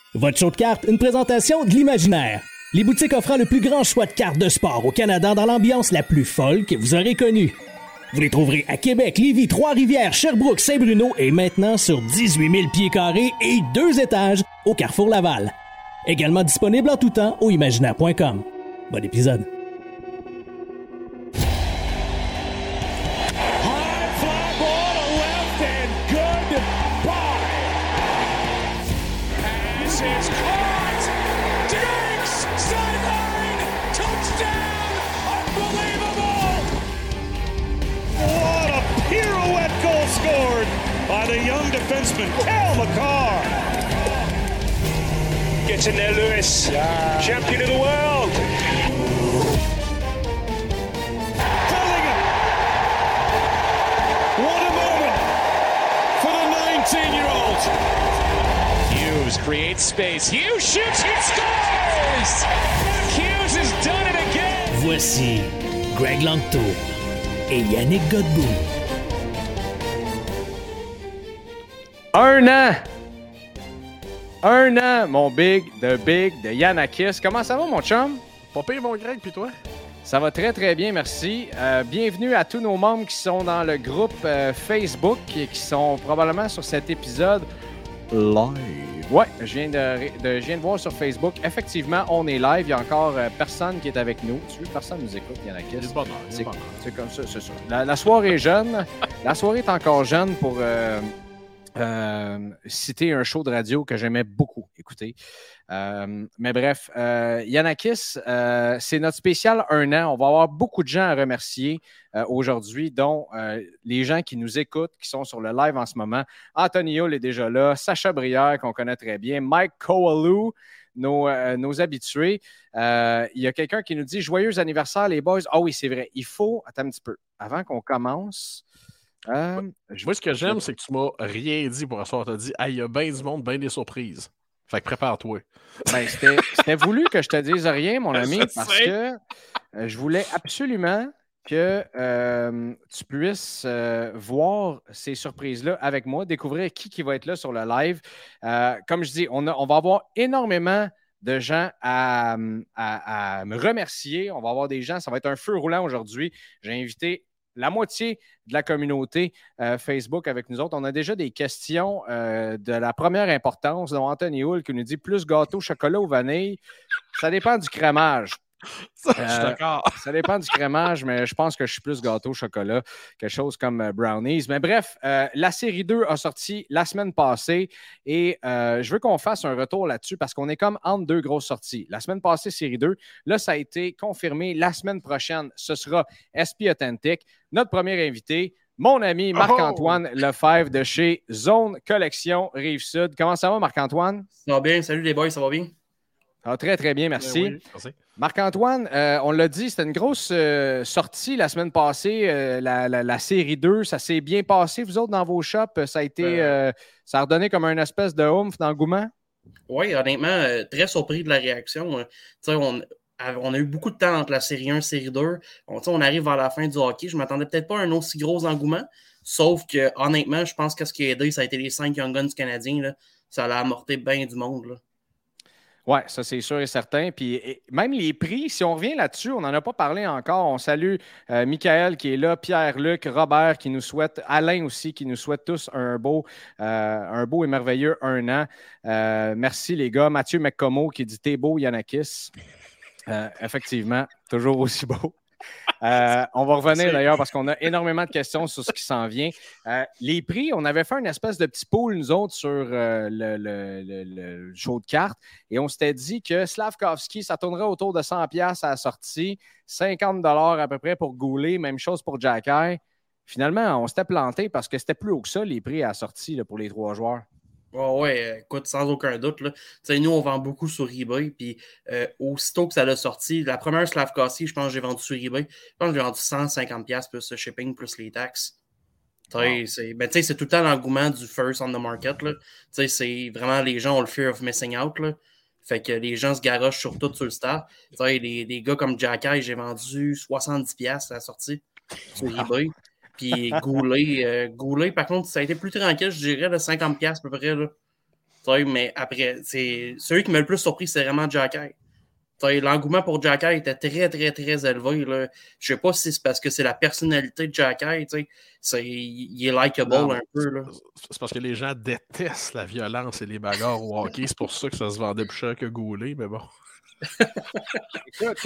Votre show de cartes, une présentation de l'imaginaire. Les boutiques offrant le plus grand choix de cartes de sport au Canada dans l'ambiance la plus folle que vous aurez connue. Vous les trouverez à Québec, Lévis, Trois-Rivières, Sherbrooke, Saint-Bruno et maintenant sur 18 000 pieds carrés et 2 étages au Carrefour Laval. Également disponible en tout temps au imaginaire.com. Bon épisode. By the young defenseman, Cal McCarr. Gets in there, Lewis. Yeah. Champion of the world. Bellingham. What a moment for the 19-year-old. Hughes creates space. Hughes shoots, he scores! Hughes has done it again. Voici Greg Lanto et Yannick Godbout. Un an, mon big de Yanakis. Comment ça va, mon chum? Pas pire, mon Greg, puis toi? Ça va très, très bien, merci. Bienvenue à tous nos membres qui sont dans le groupe Facebook et qui sont probablement sur cet épisode live. Ouais, je viens de voir sur Facebook. Effectivement, on est live. Il y a encore personne qui est avec nous. Tu veux, personne nous écoute, Yanakis. C'est comme ça, c'est ça. La soirée est jeune. La soirée est encore jeune pour... citer un show de radio que j'aimais beaucoup écouter. Mais bref, Yanakis, c'est notre spécial 1 an. On va avoir beaucoup de gens à remercier aujourd'hui, dont les gens qui nous écoutent, qui sont sur le live en ce moment. Anthony Hull est déjà là, Sacha Brière, qu'on connaît très bien, Mike Coalou, nos habitués. Il y a quelqu'un qui nous dit « Joyeux anniversaire, les boys! » Ah oui, c'est vrai. Il faut... Attends un petit peu. Avant qu'on commence... Moi, ce que j'aime, c'est que tu m'as rien dit pour asseoir. Tu as dit, il y a bien du monde, bien des surprises. Fait que prépare-toi. Ben, c'était voulu que je te dise rien, mon ami, parce que je voulais absolument que tu puisses voir ces surprises-là avec moi, découvrir qui va être là sur le live. Comme je dis, on va avoir énormément de gens à me remercier. On va avoir des gens, ça va être un feu roulant aujourd'hui. J'ai invité la moitié de la communauté Facebook avec nous autres. On a déjà des questions de la première importance, dont Anthony Hull qui nous dit « Plus gâteau, chocolat ou vanille? » Ça dépend du crémage. Je suis d'accord. Ça dépend du crémage, mais je pense que je suis plus gâteau, chocolat, quelque chose comme brownies. Mais bref, la série 2 a sorti la semaine passée et je veux qu'on fasse un retour là-dessus parce qu'on est comme entre deux grosses sorties. La semaine passée, série 2. Là, ça a été confirmé. La semaine prochaine, ce sera SP Authentic. Notre premier invité, mon ami Marc-Antoine Lefebvre de chez Zone Collection Rive-Sud. Comment ça va, Marc-Antoine? Ça va bien. Salut les boys, ça va bien? Ah, très, très bien, merci. Oui, merci. Marc-Antoine, on l'a dit, c'était une grosse sortie la semaine passée, la série 2. Ça s'est bien passé, vous autres, dans vos shops? Ça a été, ça a redonné comme une espèce de oomph d'engouement? Oui, honnêtement, très surpris de la réaction. On a eu beaucoup de temps entre la série 1 et la série 2. On arrive vers la fin du hockey. Je ne m'attendais peut-être pas à un aussi gros engouement, sauf que, honnêtement, je pense que ce qui a aidé, ça a été les 5 Young Guns canadiens. Là. Ça a amorté bien du monde. Là. Oui, ça c'est sûr et certain. Puis même les prix, si on revient là-dessus, on n'en a pas parlé encore. On salue Michael qui est là, Pierre-Luc, Robert qui nous souhaite, Alain aussi qui nous souhaite tous un beau et merveilleux 1 an. Merci les gars. Mathieu McComo qui dit « T'es beau, Yanakis ». Effectivement, toujours aussi beau. On va revenir d'ailleurs parce qu'on a énormément de questions sur ce qui s'en vient. Les prix, on avait fait une espèce de petit pool, nous autres, sur le show de cartes et on s'était dit que Slavkovski, ça tournerait autour de 100$ à la sortie, 50$ à peu près pour Goulet, même chose pour Jacky. Finalement, on s'était planté parce que c'était plus haut que ça, les prix à la sortie là, pour les 3 joueurs. Oh ouais, écoute, sans aucun doute. Là. Nous, on vend beaucoup sur eBay. Puis aussitôt que ça l'a sorti, la première Slavkovski, je pense que j'ai vendu sur eBay. Je pense que j'ai vendu 150$ plus le shipping, plus les taxes. Wow. C'est tout le temps l'engouement du first on the market. Là. C'est vraiment les gens ont le fear of missing out. Là. Fait que les gens se garochent sur tout sur le start. Les gars comme Jacky, j'ai vendu 70$ à la sortie sur eBay. Puis Goulet, par contre, ça a été plus tranquille, je dirais, de 50$ à peu près. Là. Mais après, celui qui m'a le plus surpris, c'est vraiment Jacky. L'engouement pour Jacky était très, très, très élevé. Là. Je sais pas si c'est parce que c'est la personnalité de Jacky. Il est likable un peu. Là. C'est parce que les gens détestent la violence et les bagarres au hockey. C'est pour ça que ça se vendait plus cher que Goulet, mais bon. Écoute,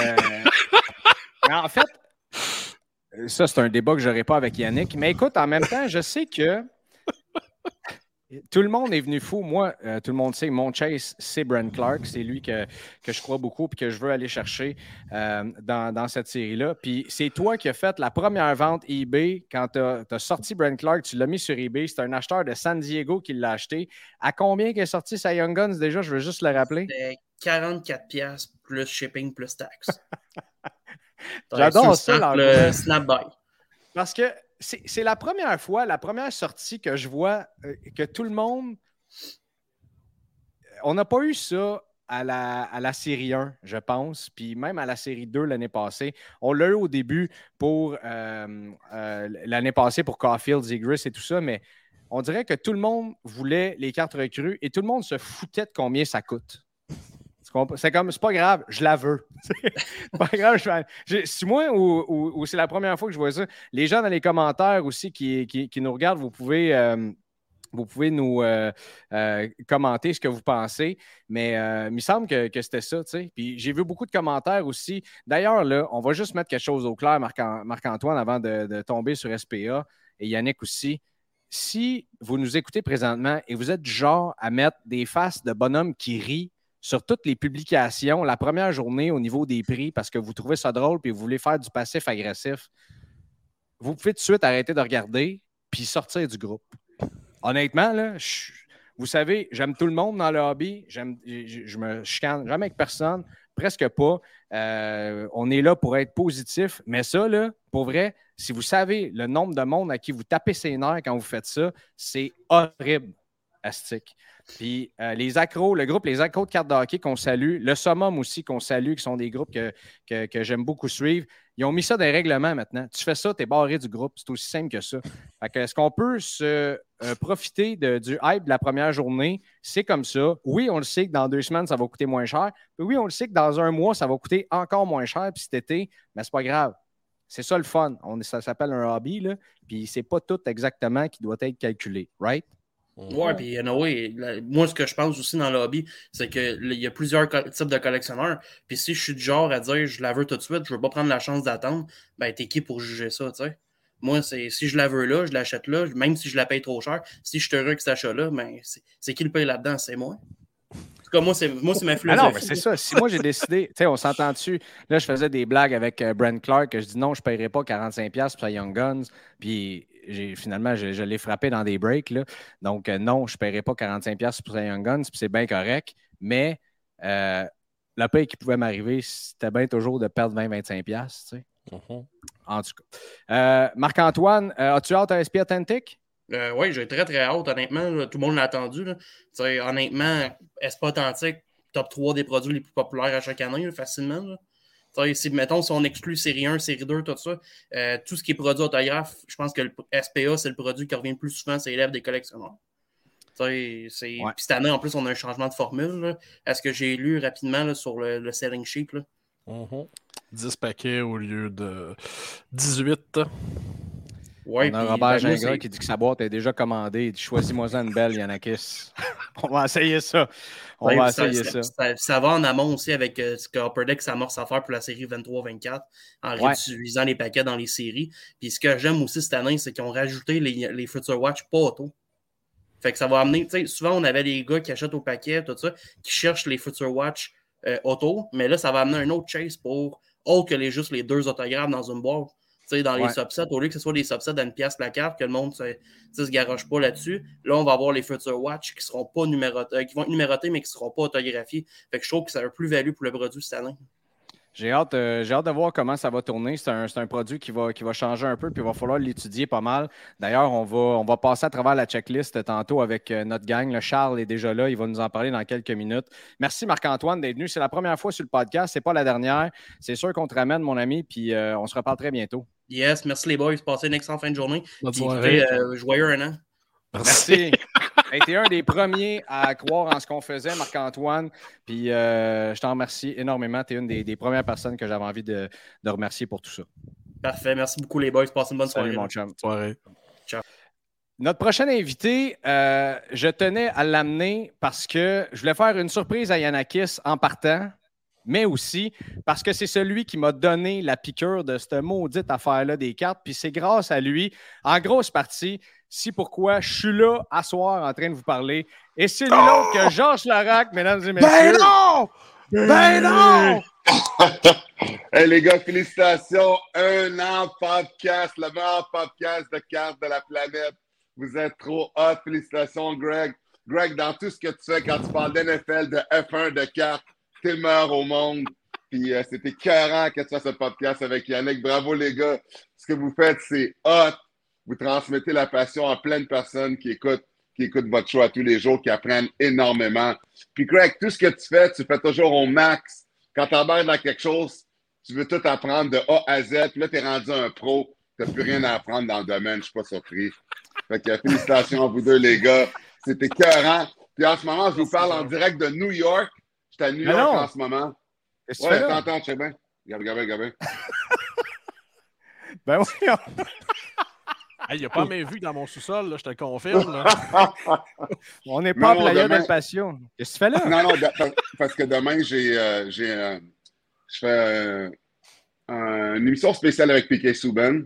en fait, ça, c'est un débat que je n'aurai pas avec Yannick. Mais écoute, en même temps, je sais que tout le monde est venu fou. Moi, tout le monde sait, mon chase, c'est Brent Clark. C'est lui que je crois beaucoup et que je veux aller chercher dans cette série-là. Puis c'est toi qui as fait la première vente eBay. Quand tu as sorti Brent Clark, tu l'as mis sur eBay. C'est un acheteur de San Diego qui l'a acheté. À combien est sorti sa Young Guns déjà? Je veux juste le rappeler. C'était 44$ plus shipping plus taxes. J'adore ça. Le snap buy. Parce que c'est la première fois, la première sortie que je vois que tout le monde... On n'a pas eu ça à la série 1, je pense, puis même à la série 2 l'année passée. On l'a eu au début pour l'année passée pour Caulfield, Zegras et tout ça, mais on dirait que tout le monde voulait les cartes recrues et tout le monde se foutait de combien ça coûte. C'est pas grave, je la veux. C'est pas grave, c'est moi ou c'est la première fois que je vois ça. Les gens dans les commentaires aussi qui nous regardent, vous pouvez nous commenter ce que vous pensez, mais il me semble que c'était ça, tu sais. Puis j'ai vu beaucoup de commentaires aussi. D'ailleurs, là, on va juste mettre quelque chose au clair, Marc-Antoine, avant de tomber sur SPA, et Yannick aussi. Si vous nous écoutez présentement et vous êtes du genre à mettre des faces de bonhommes qui rient sur toutes les publications, la première journée au niveau des prix, parce que vous trouvez ça drôle et vous voulez faire du passif agressif, vous pouvez tout de suite arrêter de regarder puis sortir du groupe. Honnêtement, là, vous savez, j'aime tout le monde dans le hobby. Je me chicane jamais avec personne, presque pas. On est là pour être positif. Mais ça, là, pour vrai, si vous savez le nombre de monde à qui vous tapez ses nerfs quand vous faites ça, c'est horrible, astique. Puis les accros, le groupe Les Accros de cartes de hockey qu'on salue, le Summum aussi qu'on salue, qui sont des groupes que j'aime beaucoup suivre, ils ont mis ça dans les règlements maintenant. Tu fais ça, tu es barré du groupe. C'est aussi simple que ça. Fait que, est-ce qu'on peut se profiter du hype de la première journée? C'est comme ça. Oui, on le sait que dans 2 semaines, ça va coûter moins cher. Puis oui, on le sait que dans 1 mois, ça va coûter encore moins cher. Puis cet été, mais c'est pas grave. C'est ça le fun. Ça s'appelle un hobby, là. Puis c'est pas tout exactement qui doit être calculé. Right? Ouais, puis moi, ce que je pense aussi dans le hobby, c'est qu'il y a plusieurs types de collectionneurs. Puis si je suis du genre à dire je la veux tout de suite, je veux pas prendre la chance d'attendre, ben t'es qui pour juger ça, tu sais? Moi, si je la veux là, je l'achète là, même si je la paye trop cher. Si je suis heureux avec cet achat-là, ben c'est qui le paye là-dedans? C'est moi. En tout cas, moi, c'est ma philosophie. Non, mais c'est ça. Si moi, j'ai décidé, tu sais, on s'entend dessus. Là, je faisais des blagues avec Brent Clark, que je dis non, je ne paierai pas 45$ pour sa Young Guns. Puis finalement, je l'ai frappé dans des breaks. Là. Donc, non, je ne paierai pas 45$ pour sa Young Guns, puis c'est bien correct. Mais la paye qui pouvait m'arriver, c'était bien toujours de perdre 20-25$. Tu sais. En tout cas. Marc-Antoine, as-tu hâte à SP Authentic? Oui, j'ai très, très hâte, honnêtement. Là, tout le monde l'a attendu. Là. Honnêtement, SP Authentic, top 3 des produits les plus populaires à chaque année, là, facilement. Là. Mettons, si on exclut série 1, série 2, tout ça, tout ce qui est produit autographe, je pense que le SPA, c'est le produit qui revient le plus souvent sur les lèvres des collectionneurs. Puis cette année, en plus, on a un changement de formule. Là. Est-ce que j'ai lu rapidement là, sur le selling sheet? Là? 10 paquets au lieu de 18. Ouais, on a Robert Gingras qui dit que sa boîte est déjà commandée. Il dit choisis-moi-en une belle, Yanakis. On va essayer ça. Ça va en amont aussi avec ce que Upper Deck s'amorce à faire pour la série 23-24 en réutilisant les paquets dans les séries. Puis ce que j'aime aussi cette année, c'est qu'ils ont rajouté les Future Watch pas auto. Fait que ça va amener, tu sais, souvent on avait des gars qui achètent au paquet, tout ça, qui cherchent les Future Watch auto, mais là, ça va amener un autre chase pour autre que juste les 2 autographes dans une boîte. Dans les subsets, au lieu que ce soit des subsets à 1$ la carte, que le monde se garoche pas là-dessus, là, on va avoir les Future Watch qui seront pas numérotés, qui vont être numérotés, mais qui ne seront pas autographiés. Fait que je trouve que c'est un plus-value pour le produit cette année. J'ai hâte de voir comment ça va tourner. C'est un produit qui va changer un peu, puis il va falloir l'étudier pas mal. D'ailleurs, on va passer à travers la checklist tantôt avec notre gang. Le Charles est déjà là. Il va nous en parler dans quelques minutes. Merci Marc-Antoine d'être venu. C'est la première fois sur le podcast. C'est pas la dernière. C'est sûr qu'on te ramène, mon ami, puis on se reparle très bientôt. Yes, merci les boys. Passez une excellente fin de journée. Bonne soirée. Joyeux un an. Merci. été un des premiers à croire en ce qu'on faisait, Marc-Antoine. Puis je t'en remercie énormément. Tu es une des premières personnes que j'avais envie de remercier pour tout ça. Parfait. Merci beaucoup, les boys. Passez une bonne soirée. Salut, mon chum. Soirée. Ciao. Notre prochain invité, je tenais à l'amener parce que je voulais faire une surprise à Yanakis en partant, mais aussi parce que c'est celui qui m'a donné la piqûre de cette maudite affaire-là des cartes. Puis c'est grâce à lui, en grosse partie, si pourquoi je suis là à soir en train de vous parler. Et c'est lui l'autre que Georges Larac, mesdames et messieurs. Ben non! Ben non! Hey les gars, félicitations. 1 an de podcast, le meilleur podcast de cartes de la planète. Vous êtes trop hot. Félicitations, Greg. Greg, dans tout ce que tu fais quand tu parles d'NFL, de F1, de cartes, t'es le meilleur au monde. Puis c'était écœurant que tu fasses ce podcast avec Yannick. Bravo, les gars. Ce que vous faites, c'est hot. Vous transmettez la passion à plein de personnes qui écoutent votre show à tous les jours, qui apprennent énormément. Puis, Greg, tout ce que tu fais toujours au max. Quand tu embarques dans quelque chose, tu veux tout apprendre de A à Z. Puis là, tu es rendu un pro. Tu n'as plus rien à apprendre dans le domaine. Je ne suis pas surpris. Fait que félicitations à vous deux, les gars. C'était écœurant. Puis en ce moment, je vous parle en direct de New York. Je suis à New York en ce moment. Qu'est-ce que tu fais là? T'entends, je sais bien. Gabin. Ben oui. Il n'y a pas même vu dans mon sous-sol, là, je te le confirme. Là. On n'est pas à Playa demain... del Patio. Qu'est-ce que tu fais là? Non, parce que demain, je fais une émission spéciale avec Piquet Souben.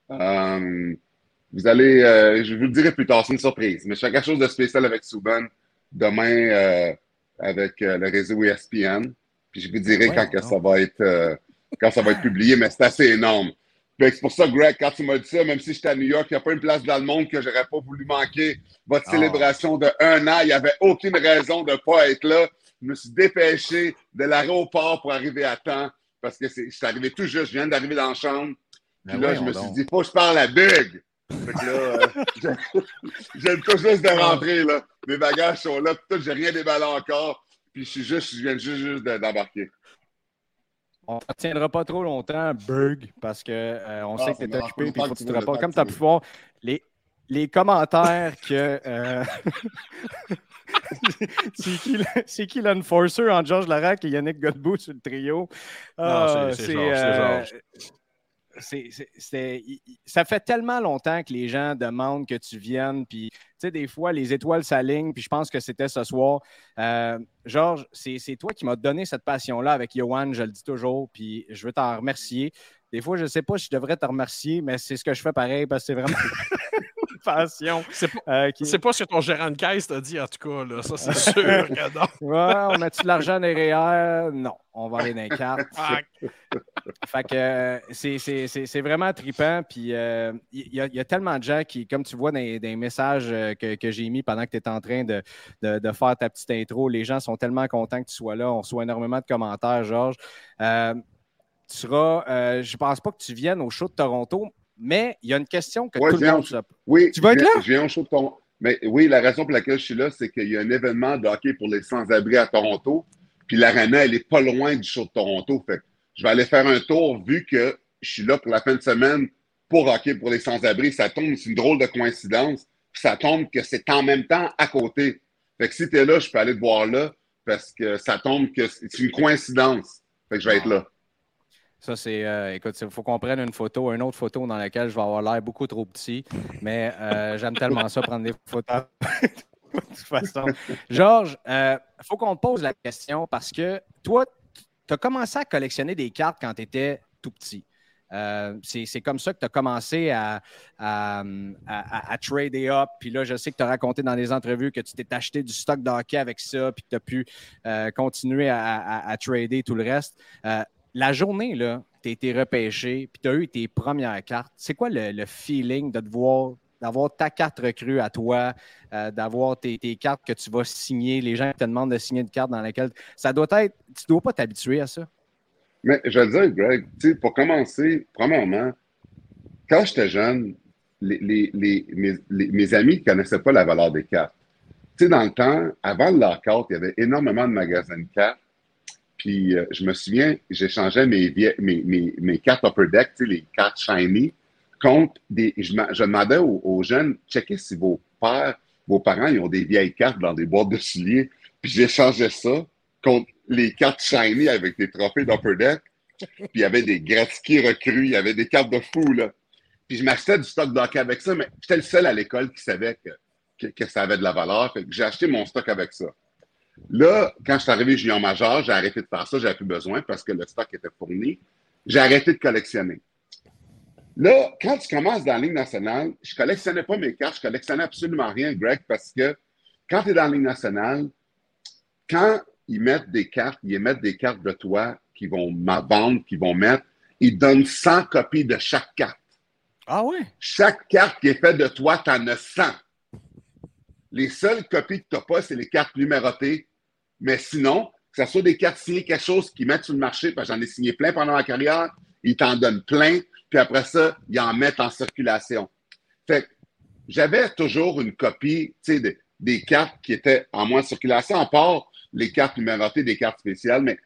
Vous allez, je vous le dirai plus tard, c'est une surprise, mais je fais quelque chose de spécial avec Souben demain avec le réseau ESPN. Puis je vous dirai quand ça va être publié, mais c'est assez énorme. C'est pour ça, Greg, quand tu m'as dit ça, même si j'étais à New York, il n'y a pas une place dans le monde que j'aurais pas voulu manquer. Votre célébration de 1 an, il n'y avait aucune raison de ne pas être là. Je me suis dépêché de l'aéroport pour arriver à temps parce que je suis arrivé tout juste, je viens d'arriver dans la chambre. Puis là, je me suis dit, faut que je parle à Big. Fait que là, j'aime tout juste de rentrer, là. Mes bagages sont là, puis tout, j'ai rien déballé encore. Puis je viens juste d'embarquer. On ne tiendra pas trop longtemps, Berg, parce qu'on sait que tu es occupé et il faut que tu te répondes. Comme tu as pu voir, les commentaires que. c'est qui l'enforcer entre Georges Larac et Yannick Godbout sur le trio? C'est Georges. Ça fait tellement longtemps que les gens demandent que tu viennes, puis tu sais, des fois, les étoiles s'alignent, puis je pense que c'était ce soir. Georges, c'est toi qui m'as donné cette passion-là avec Yoann, je le dis toujours, puis je veux t'en remercier. Des fois, je ne sais pas si je devrais te remercier, mais c'est ce que je fais pareil, parce que c'est vraiment une passion. C'est pas ce que ton gérant de caisse t'a dit, en tout cas, là. Ça, c'est sûr que non. Ouais, on met-tu de l'argent derrière? Non, on va aller dans les cartes. Fait que c'est vraiment trippant. Puis il y a tellement de gens qui, comme tu vois dans les messages que j'ai mis pendant que tu étais en train de faire ta petite intro, les gens sont tellement contents que tu sois là. On reçoit énormément de commentaires, Georges. Tu seras, je pense pas que tu viennes au show de Toronto, mais il y a une question que tout le monde se pose. Oui, tu vas être là? Je viens au show de Toronto. Mais oui, la raison pour laquelle je suis là, c'est qu'il y a un événement de hockey pour les sans-abri à Toronto. Puis l'arena, elle est pas loin du show de Toronto. Fait que je vais aller faire un tour vu que je suis là pour la fin de semaine pour hockey pour les sans-abri. Ça tombe, c'est une drôle de coïncidence. Puis ça tombe que c'est en même temps à côté. Fait que si tu es là, je peux aller te voir là parce que ça tombe que c'est une coïncidence. Fait que je vais être là. Ça, c'est. Écoute, il faut qu'on prenne une autre photo dans laquelle je vais avoir l'air beaucoup trop petit. Mais j'aime tellement ça, prendre des photos. De toute façon. Georges, il faut qu'on te pose la question parce que toi, tu as commencé à collectionner des cartes quand tu étais tout petit. C'est comme ça que tu as commencé à trader up. Puis là, je sais que tu as raconté dans des entrevues que tu t'es acheté du stock de hockey avec ça, puis que tu as pu continuer à trader tout le reste. La journée, là, tu as été repêché, puis tu as eu tes premières cartes. C'est quoi le feeling de te voir, d'avoir ta carte recrue à toi, d'avoir tes cartes que tu vas signer, les gens qui te demandent de signer une carte dans laquelle ça doit être. Tu ne dois pas t'habituer à ça? Mais je vais te dire, Greg, pour commencer, premièrement, quand j'étais jeune, mes amis ne connaissaient pas la valeur des cartes. Tu sais, dans le temps, avant le lockout, il y avait énormément de magasins de cartes. Puis je me souviens, j'échangeais mes cartes Upper Deck, les cartes shiny, contre des. Je demandais aux jeunes, checkez si vos pères vos parents, ils ont des vieilles cartes dans des boîtes de souliers, puis j'échangeais ça contre les cartes shiny avec des trophées d'Upper Deck, puis il y avait des Gretzky recrues, il y avait des cartes de fou, là. Puis je m'achetais du stock d'hockey avec ça, mais j'étais le seul à l'école qui savait que ça avait de la valeur, fait que j'ai acheté mon stock avec ça. Là, quand je suis arrivé junior majeur, j'ai arrêté de faire ça, j'avais plus besoin parce que le stock était fourni. J'ai arrêté de collectionner. Là, quand tu commences dans la Ligue nationale, je ne collectionnais pas mes cartes, je collectionnais absolument rien, Greg, parce que quand tu es dans la Ligue nationale, quand ils mettent des cartes de toi qu'ils vont vendre, qu'ils vont mettre, ils donnent 100 copies de chaque carte. Ah oui? Chaque carte qui est faite de toi, tu en as 100. Les seules copies que tu n'as pas, c'est les cartes numérotées. Mais sinon, que ce soit des cartes signées, quelque chose qu'ils mettent sur le marché, parce que j'en ai signé plein pendant ma carrière, ils t'en donnent plein, puis après ça, ils en mettent en circulation. Fait que j'avais toujours une copie, tu sais, des cartes qui étaient en moins de circulation, à part les cartes numérotées, des cartes spéciales. Mais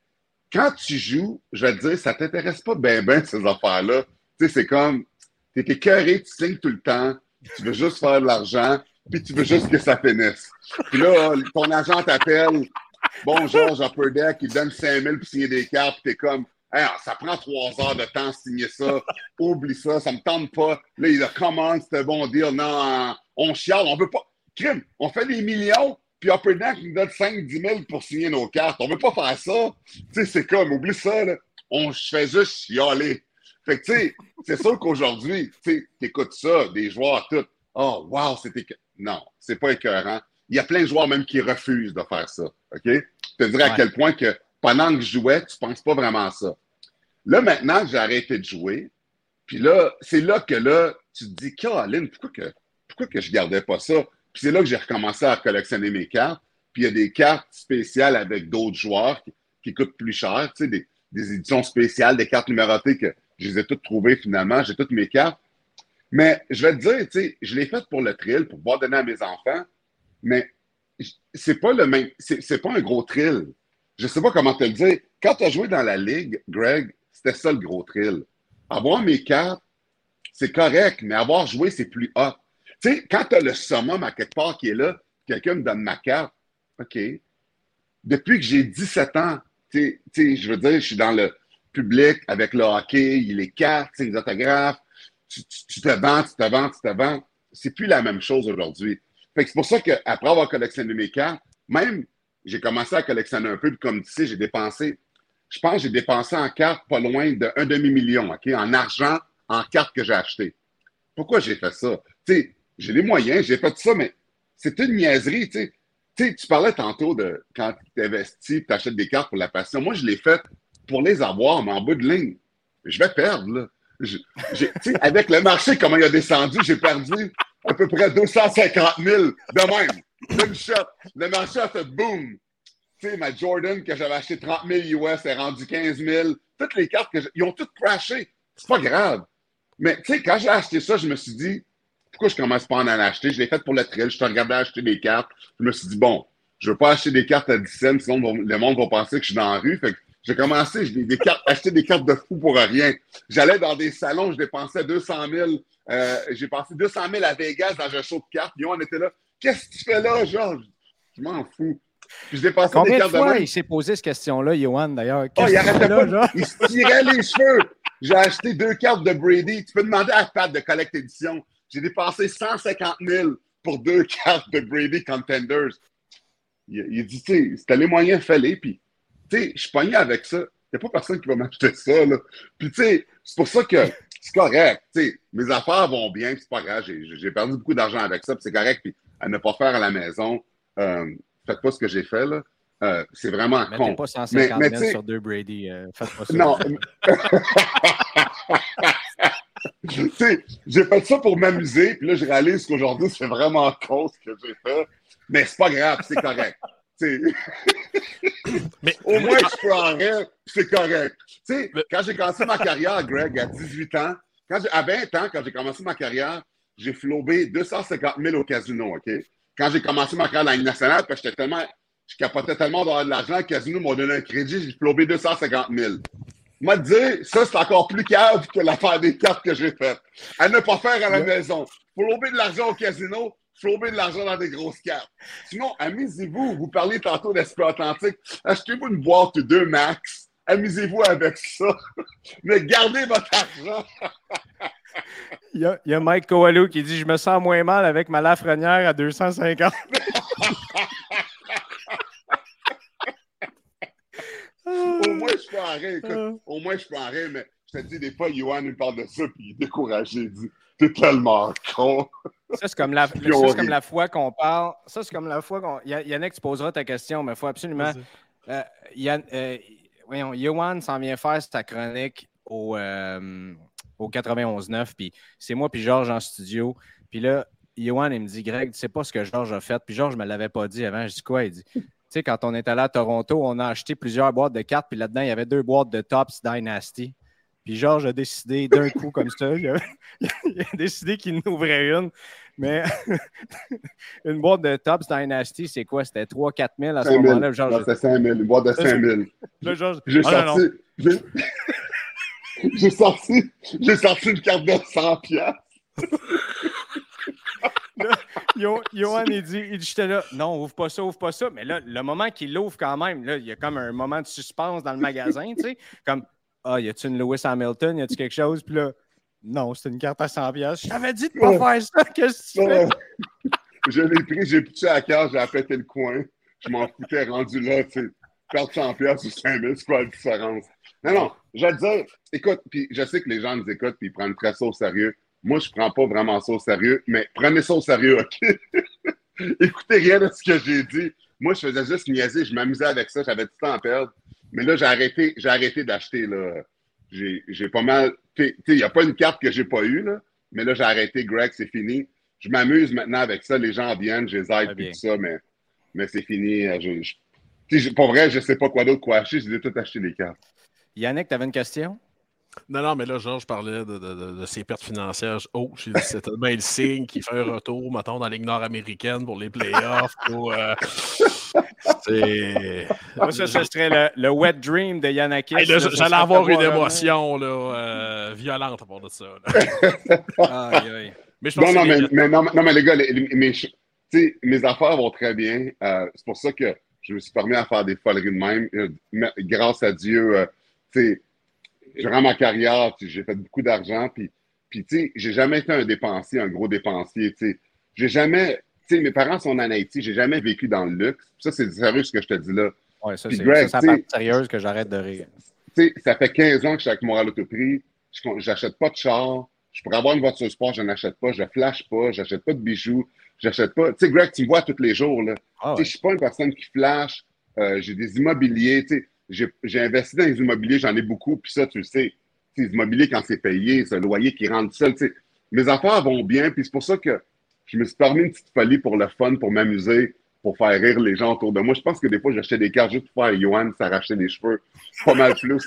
quand tu joues, je vais te dire, ça ne t'intéresse pas bien, ces affaires-là. Tu sais, c'est comme, tu es écœuré, tu signes tout le temps, tu veux juste faire de l'argent, puis tu veux juste que ça finisse. Puis là, ton agent t'appelle, bon, Georges, Upper Deck, il donne 5 000 pour signer des cartes, puis t'es comme, hey, ça prend 3 heures de temps de signer ça, oublie ça, ça me tente pas. Là, il a comment, c'était bon dire, non, on chiale, on veut pas. Crime, on fait des millions, puis Upper Deck nous donne 5-10 000 pour signer nos cartes. On veut pas faire ça. Tu sais, c'est comme, oublie ça, là. Je fais juste chialer. Fait que, tu sais, c'est sûr qu'aujourd'hui, tu sais, t'écoutes ça, des joueurs, tout. Oh, wow, c'était. Non, c'est pas écœurant. Il y a plein de joueurs même qui refusent de faire ça. OK? Je te dirais à quel point que pendant que je jouais, tu penses pas vraiment à ça. Là, maintenant, j'ai arrêté de jouer. Puis là, c'est là que là, tu te dis, Caroline, pourquoi que je gardais pas ça? Puis c'est là que j'ai recommencé à collectionner mes cartes. Puis il y a des cartes spéciales avec d'autres joueurs qui coûtent plus cher. Tu sais, des éditions spéciales, des cartes numérotées que je les ai toutes trouvées finalement. J'ai toutes mes cartes. Mais je vais te dire, tu sais, je l'ai fait pour le thrill, pour pouvoir donner à mes enfants, mais c'est pas le même, c'est pas un gros thrill. Je sais pas comment te le dire. Quand tu as joué dans la ligue, Greg, c'était ça le gros thrill. Avoir mes cartes, c'est correct, mais avoir joué, c'est plus hot. Tu sais, quand tu as le summum à quelque part qui est là, quelqu'un me donne ma carte, OK. Depuis que j'ai 17 ans, tu sais, je veux dire, je suis dans le public avec le hockey, les cartes, les autographes, tu te vends. C'est plus la même chose aujourd'hui. Fait que c'est pour ça qu'après avoir collectionné mes cartes, même j'ai commencé à collectionner un peu, puis comme tu sais, je pense que j'ai dépensé en cartes pas loin de 1 demi-million, OK, en argent, en cartes que j'ai achetées. Pourquoi j'ai fait ça? Tu sais, j'ai les moyens, j'ai fait ça, mais c'est une niaiserie, tu sais. Tu sais, tu parlais tantôt de quand tu investis, tu achètes des cartes pour la passion. Moi, je l'ai fait pour les avoir, mais en bout de ligne, je vais perdre, là. Avec le marché, comment il a descendu, j'ai perdu à peu près 250 000 de même. Une shot. Le marché a fait boom. Tu sais, ma Jordan que j'avais acheté 30 000 US est rendue 15 000. Toutes les cartes, ils ont toutes crashé. C'est pas grave. Mais tu sais, quand j'ai acheté ça, je me suis dit, pourquoi je commence pas à en acheter? Je l'ai fait pour le thrill. Je te regardais acheter des cartes. Je me suis dit, bon, je veux pas acheter des cartes à 10 cents, sinon le monde va penser que je suis dans la rue. Fait que j'ai commencé, acheter des cartes de fou pour rien. J'allais dans des salons, je dépensais 200 000. J'ai passé 200 000 à Vegas dans un show de cartes. Puis on était là. Qu'est-ce que tu fais là, Georges? Je m'en fous. Puis je dépensais des cartes de fois même. il s'est posé cette question-là, Johan, d'ailleurs? Il arrêtait pas. Il se tirait les cheveux. J'ai acheté 2 cartes de Brady. Tu peux demander à Pat de Collect Edition. J'ai dépensé 150 000 pour 2 cartes de Brady Contenders. Il dit, tu sais, c'était les moyens, fallait. Puis, tu sais, je suis pogné avec ça. Il n'y a pas personne qui va m'acheter ça, là. Puis, tu sais, c'est pour ça que c'est correct. Tu sais, mes affaires vont bien, c'est pas grave. J'ai perdu beaucoup d'argent avec ça, puis c'est correct. Puis, à ne pas faire à la maison, faites pas ce que j'ai fait, là. C'est vraiment con. Mettez pas 150 000 sur 2 Brady. Faites pas ça. Non. Tu sais, j'ai fait ça pour m'amuser, puis là, je réalise qu'aujourd'hui, c'est vraiment con ce que j'ai fait. Mais c'est pas grave, c'est correct. Mais au moins, je peux en rire, c'est correct. Tu sais, quand j'ai commencé ma carrière, Greg, à 18 ans, à 20 ans, quand j'ai commencé ma carrière, j'ai flobé 250 000 au casino, OK? Quand j'ai commencé ma carrière dans la Ligue nationale, parce que je capotais tellement d'avoir de l'argent, le casino m'a donné un crédit, j'ai flobé 250 000. Moi, te dire, ça, c'est encore plus cave que l'affaire des cartes que j'ai faites. À ne pas faire à la maison. Flober de l'argent au casino, flomber de l'argent dans des grosses cartes. Sinon, amusez-vous. Vous parlez tantôt d'Esprit Atlantique. Achetez-vous une boîte 2 max. Amusez-vous avec ça. Mais gardez votre argent. Il y a Mike Coelho qui dit « Je me sens moins mal avec ma Lafrenière à 250. » Au moins, je peux en rire. Écoute, au moins, je peux en rire, mais je te dis, des fois, Johan nous parle de ça, puis il est découragé. Il dit « T'es tellement con. » Ça, c'est comme la fois qu'on parle. Ça, c'est comme la fois qu'on. Yannick, tu poseras ta question, mais il faut absolument. Johan s'en vient faire sa chronique au 91.9, puis c'est moi puis Georges en studio. Puis là, Johan, il me dit « Greg, tu sais pas ce que Georges a fait. » Puis Georges me l'avait pas dit avant. Je dis quoi? Il dit « Tu sais, quand on est allé à Toronto, on a acheté plusieurs boîtes de cartes, puis là-dedans, il y avait 2 boîtes de Topps Dynasty. » Puis Georges a décidé d'un coup comme ça, il a décidé qu'il en ouvrait une. Mais une boîte de Topps Dynasty, c'est quoi? C'était 3-4 000 à ce moment-là. Non, c'était 5 000, une boîte de 5 000. Là, Georges... J'ai sorti une carte de 100 $. Johan, il dit, j'étais là, non, ouvre pas ça. Mais là, le moment qu'il l'ouvre quand même, là, il y a comme un moment de suspense dans le magasin, tu sais, comme, y a-tu une Lewis Hamilton, y a-tu quelque chose? Puis là, non, c'est une carte à 100 $. Je t'avais dit de pas faire ça, qu'est-ce que tu fais? Je l'ai pris, j'ai pitché à la carte, j'ai pété le coin. Je m'en foutais rendu là, tu sais. Perdre 100 $ ou 5 000, c'est quoi la différence? Non, je vais te dire, écoute, puis je sais que les gens nous écoutent puis ils prennent très ça au sérieux. Moi, je prends pas vraiment ça au sérieux, mais prenez ça au sérieux, OK? Écoutez rien de ce que j'ai dit. Moi, je faisais juste niaiser, je m'amusais avec ça, j'avais du temps à perdre. Mais là, j'ai arrêté d'acheter, là. J'ai pas mal... Tu sais, il n'y a pas une carte que j'ai pas eue, là, mais là, j'ai arrêté, Greg, c'est fini. Je m'amuse maintenant avec ça, les gens viennent, je les aide, puis tout ça, mais c'est fini. Pour vrai, je sais pas quoi acheter, je les ai tout acheté les cartes. Yannick, tu avais une question? Non, mais là, Georges parlait de ses pertes financières. J'ai dit, c'est tellement le signe qu'il fait un retour, mettons, dans la Ligue nord-américaine pour les playoffs. Moi, ça serait le wet dream de Yannick. Hey, j'allais avoir une émotion violente à part de ça. Aïe. Mais je pense mais les gars, mes affaires vont très bien. C'est pour ça que je me suis permis à faire des foleries de même. Grâce à Dieu, durant ma carrière, j'ai fait beaucoup d'argent. Puis tu sais, j'ai jamais été un dépensier, un gros dépensier. J'ai jamais... Tu sais, mes parents sont en Haïti, j'ai jamais vécu dans le luxe. Ça, c'est sérieux ce que je te dis là. Oui, ça, puis c'est Greg, ça part sérieuse que j'arrête de rire. Tu sais, ça fait 15 ans que je suis avec Montréal Autoprix. J'achète pas de char. Je pourrais avoir une voiture sport, je n'achète pas. Je flash pas. J'achète pas de bijoux. J'achète pas... Tu sais, Greg, tu me vois tous les jours, là. Je suis pas une personne qui flash. J'ai des immobiliers, tu sais. J'ai investi dans les immobiliers, j'en ai beaucoup, puis ça, tu le sais, les immobiliers, quand c'est payé, c'est un loyer qui rentre seul, tu sais. Mes affaires vont bien, puis c'est pour ça que je me suis permis une petite folie pour le fun, pour m'amuser, pour faire rire les gens autour de moi. Je pense que des fois, j'achetais des cartes juste pour faire Johan s'arracher les cheveux pas mal plus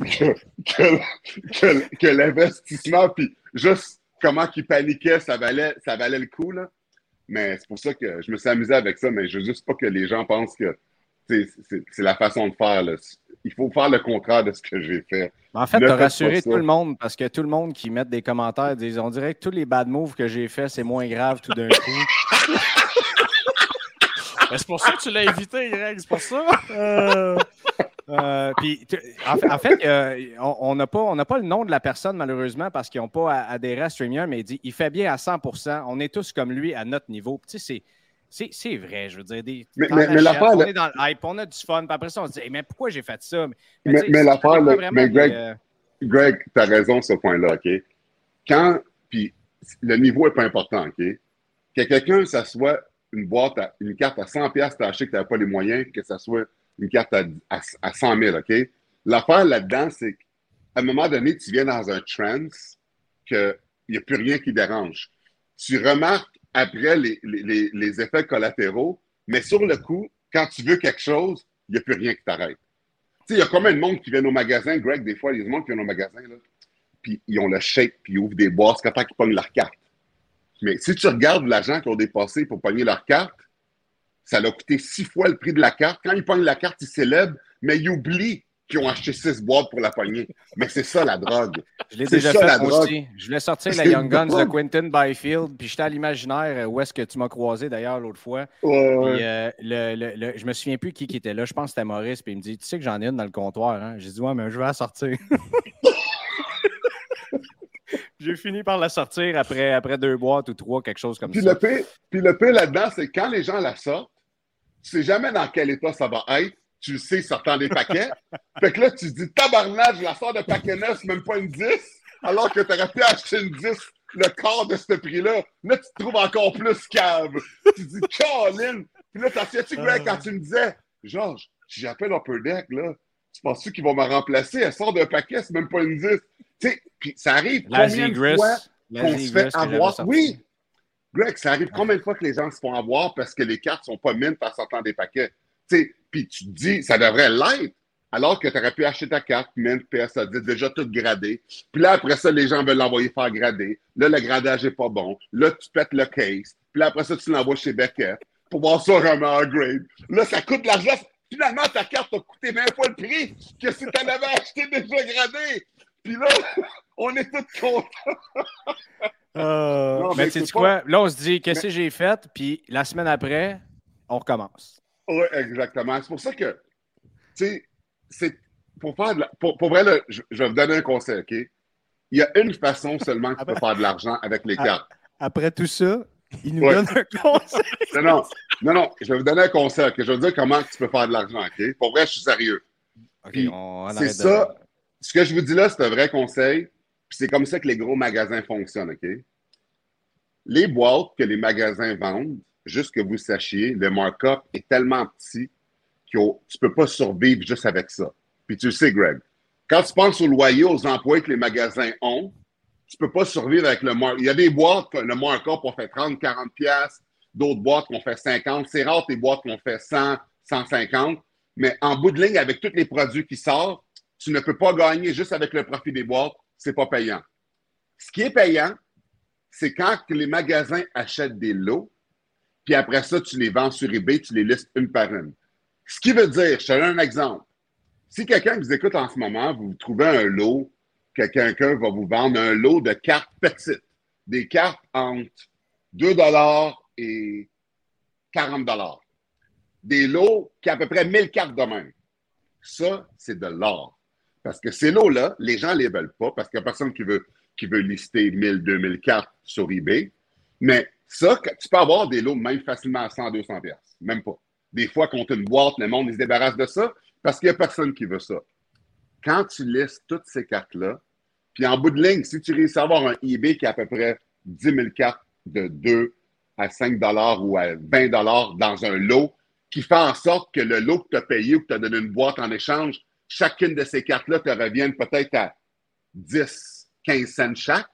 que l'investissement, puis juste comment qu'il paniquait, ça valait le coup, là. Mais c'est pour ça que je me suis amusé avec ça, mais je veux juste pas que les gens pensent que c'est la façon de faire, là. Il faut faire le contraire de ce que j'ai fait. En fait, tu as rassuré tout le monde parce que tout le monde qui met des commentaires disent on dirait que tous les bad moves que j'ai faits, c'est moins grave tout d'un coup. C'est pour ça que tu l'as invité, Greg, c'est pour ça. Puis, en fait, on n'a pas le nom de la personne, malheureusement, parce qu'ils n'ont pas adhéré à StreamYard, mais il dit il fait bien à 100%. On est tous comme lui à notre niveau. Tu sais, c'est vrai, je veux dire. Mais l'affaire, on est dans le hype, on a du fun, puis après ça, on se dit mais pourquoi j'ai fait ça? Mais l'affaire, Greg, tu as raison sur ce point-là, OK? Puis le niveau n'est pas important, OK? Que quelqu'un, ça soit une carte à 100 $, t'as acheté que tu n'avais pas les moyens, que ça soit une carte à 100 000, OK? L'affaire là-dedans, c'est qu'à un moment donné, tu viens dans un trance qu'il n'y a plus rien qui dérange. Tu remarques après les effets collatéraux, mais sur le coup, quand tu veux quelque chose, il n'y a plus rien qui t'arrête. Tu sais, il y a combien de monde qui vient au magasin, Greg, des fois, il y a du monde qui vient au magasin, là, puis ils ont le shake, puis ils ouvrent des boîtes, c'est quand ils pognent leur carte. Mais si tu regardes l'agent qui ont dépassé pour pogner leur carte, ça leur a coûté 6 fois le prix de la carte. Quand ils pognent la carte, ils célèbrent, mais ils oublient qui ont acheté 6 boîtes pour la poignée. Mais c'est ça, la drogue. Je l'ai C'est déjà ça, fait la moi drogue. aussi. Je voulais sortir la C'est Young Guns de drôle. Quentin Byfield, puis j'étais à l'imaginaire où est-ce que tu m'as croisé d'ailleurs l'autre fois. Ouais. Puis je me souviens plus qui était là. Je pense que c'était Maurice, puis il me dit tu sais que j'en ai une dans le comptoir. Hein? J'ai dit ouais, mais je vais la sortir. J'ai fini par la sortir après 2 boîtes ou 3, quelque chose comme Puis ça. le pire là-dedans, c'est quand les gens la sortent, tu sais jamais dans quel état ça va être. Tu le sais sortant des paquets. Fait que là, tu te dis, tabarnak, je la sors de paquet neuf, c'est même pas une 10, alors que tu aurais pu acheter une 10, le quart de ce prix-là. Là, tu te trouves encore plus cave. Tu te dis, Caroline. Puis là, t'en souviens-tu, Greg, quand tu me disais, Georges, si j'appelle Upper Deck, là, tu penses-tu qu'ils vont me remplacer? Elle sort d'un paquet, c'est même pas une 10. Tu sais, puis ça arrive combien de fois qu'on se fait avoir? Oui, Greg, ça arrive combien de fois que les gens se font avoir parce que les cartes sont pas mintes en sortant des paquets? Tu sais, puis tu te dis, ça devrait l'être, alors que tu aurais pu acheter ta carte mint PSA 10 déjà toute gradée. Puis là, après ça, les gens veulent l'envoyer faire grader. Là, le gradage n'est pas bon. Là, tu pètes le case. Puis là, après ça, tu l'envoies chez Beckett pour voir ça vraiment en grade. Là, ça coûte de l'argent. Finalement, ta carte a coûté 20 fois le prix que si tu l'avais acheté déjà gradé. Puis là, on est tous contents. Non, mais tu sais quoi? Là, on se dit, qu'est-ce que j'ai fait? Puis la semaine après, on recommence. Oui, exactement. C'est pour ça que, tu sais, c'est pour faire de la, pour vrai, là, je vais vous donner un conseil, OK? Il y a une façon seulement que tu peux faire de l'argent avec les cartes. Après tout ça, il nous donne un conseil. Non, je vais vous donner un conseil, OK? Je vais vous dire comment tu peux faire de l'argent, OK? Pour vrai, je suis sérieux. Okay, c'est ça. Ce que je vous dis là, c'est un vrai conseil. Puis c'est comme ça que les gros magasins fonctionnent, OK? Les boîtes que les magasins vendent, juste que vous sachiez, le markup est tellement petit que tu ne peux pas survivre juste avec ça. Puis tu le sais, Greg. Quand tu penses au loyer, aux emplois que les magasins ont, tu ne peux pas survivre avec le markup. Il y a des boîtes que le markup, on fait 30, 40 piastres, d'autres boîtes qu'on fait 50. C'est rare tes boîtes qu'on fait 100, 150. Mais en bout de ligne, avec tous les produits qui sortent, tu ne peux pas gagner juste avec le profit des boîtes. C'est pas payant. Ce qui est payant, c'est quand les magasins achètent des lots, puis après ça, tu les vends sur eBay, tu les listes une par une. Ce qui veut dire, je te donne un exemple. Si quelqu'un vous écoute en ce moment, vous trouvez un lot, que quelqu'un va vous vendre un lot de cartes petites, des cartes entre 2 $ et 40 $. Des lots qui ont à peu près 1000 cartes de même. Ça, c'est de l'or. Parce que ces lots-là, les gens ne les veulent pas parce qu'il n'y a personne qui veut lister 1000, 2000 cartes sur eBay. Mais ça, tu peux avoir des lots même facilement à 100, 200 $. Même pas. Des fois, contre une boîte, le monde se débarrasse de ça parce qu'il n'y a personne qui veut ça. Quand tu listes toutes ces cartes-là, puis en bout de ligne, si tu réussis à avoir un eBay qui a à peu près 10 000 cartes de 2 à 5 $ ou à 20 $ dans un lot, qui fait en sorte que le lot que tu as payé ou que tu as donné une boîte en échange, chacune de ces cartes-là te reviennent peut-être à 10, 15 cents chaque.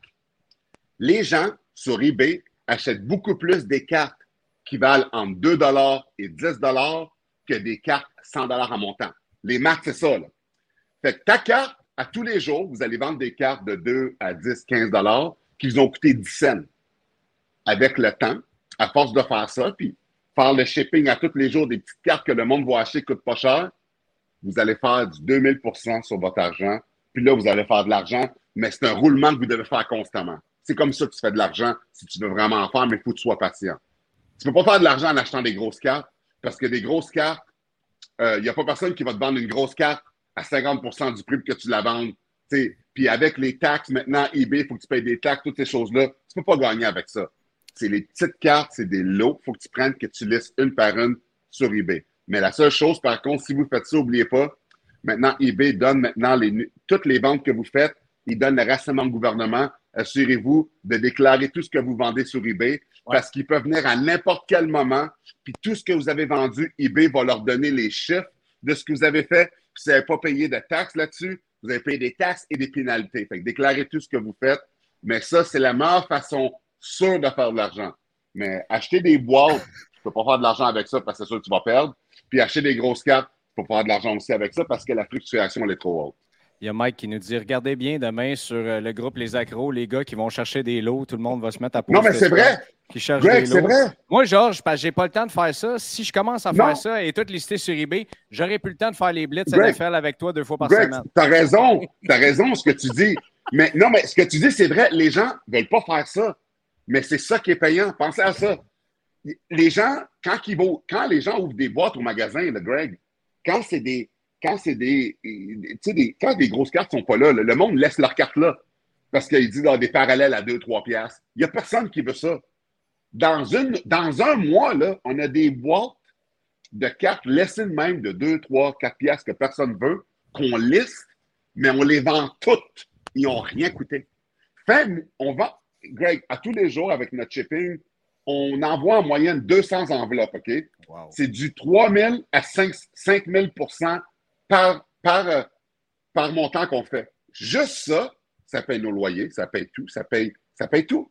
Les gens sur eBay achètent beaucoup plus des cartes qui valent entre 2 $ et 10 $ que des cartes 100 $ en montant. Les maths, c'est ça, là. Fait que ta carte, à tous les jours, vous allez vendre des cartes de 2 à 10, 15 $ qui vous ont coûté 10 cents. Avec le temps, à force de faire ça, puis faire le shipping à tous les jours des petites cartes que le monde va acheter qui ne coûtent pas cher, vous allez faire du 2000 % sur votre argent. Puis là, vous allez faire de l'argent, mais c'est un roulement que vous devez faire constamment. C'est comme ça que tu fais de l'argent si tu veux vraiment en faire, mais il faut que tu sois patient. Tu ne peux pas faire de l'argent en achetant des grosses cartes parce que des grosses cartes, il n'y a pas personne qui va te vendre une grosse carte à 50 % du prix que tu la vendes. Puis avec les taxes, maintenant, eBay, il faut que tu payes des taxes, toutes ces choses-là. Tu ne peux pas gagner avec ça. C'est les petites cartes, c'est des lots. Il faut que tu prennes, que tu listes une par une sur eBay. Mais la seule chose, par contre, si vous faites ça, n'oubliez pas, maintenant, eBay donne maintenant toutes les ventes que vous faites, il donne le rassemblement du gouvernement. Assurez-vous de déclarer tout ce que vous vendez sur eBay parce qu'ils peuvent venir à n'importe quel moment. Puis tout ce que vous avez vendu, eBay va leur donner les chiffres de ce que vous avez fait. Puis si vous n'avez pas payé de taxes là-dessus, vous avez payé des taxes et des pénalités. Fait que déclarez tout ce que vous faites. Mais ça, c'est la meilleure façon sûre de faire de l'argent. Mais acheter des boîtes, tu ne peux pas faire de l'argent avec ça parce que c'est sûr que tu vas perdre. Puis acheter des grosses cartes, tu peux pas faire de l'argent aussi avec ça parce que la fluctuation, elle est trop haute. Il y a Mike qui nous dit, regardez bien demain sur le groupe Les Accros, les gars qui vont chercher des lots, tout le monde va se mettre à poser. Non, mais c'est vrai. Qui cherchent Greg, des lots. c'est vrai. Moi, Georges, parce que j'ai pas le temps de faire ça. Si je commence à faire ça et tout lister sur eBay, j'aurais plus le temps de faire les blitz NFL avec toi 2 fois par semaine. T'as raison ce que tu dis. Mais non, mais ce que tu dis, c'est vrai. Les gens veulent pas faire ça. Mais c'est ça qui est payant. Pensez à ça. Les gens, quand les gens ouvrent des boîtes au magasin, là, Greg, quand des grosses cartes sont pas là, le monde laisse leurs cartes là. Parce qu'il dit des parallèles à 2-3 piastres. Il n'y a personne qui veut ça. Dans un mois, là, on a des boîtes de cartes laissées de même de 2, 3, 4 piastres que personne ne veut, qu'on liste, mais on les vend toutes. Ils n'ont rien coûté. On vend, Greg, à tous les jours avec notre shipping, on envoie en moyenne 200 enveloppes, OK? Wow. C'est du 3 000 à 5 000 % par montant qu'on fait. Juste ça paye nos loyers, ça paye tout, ça paye tout.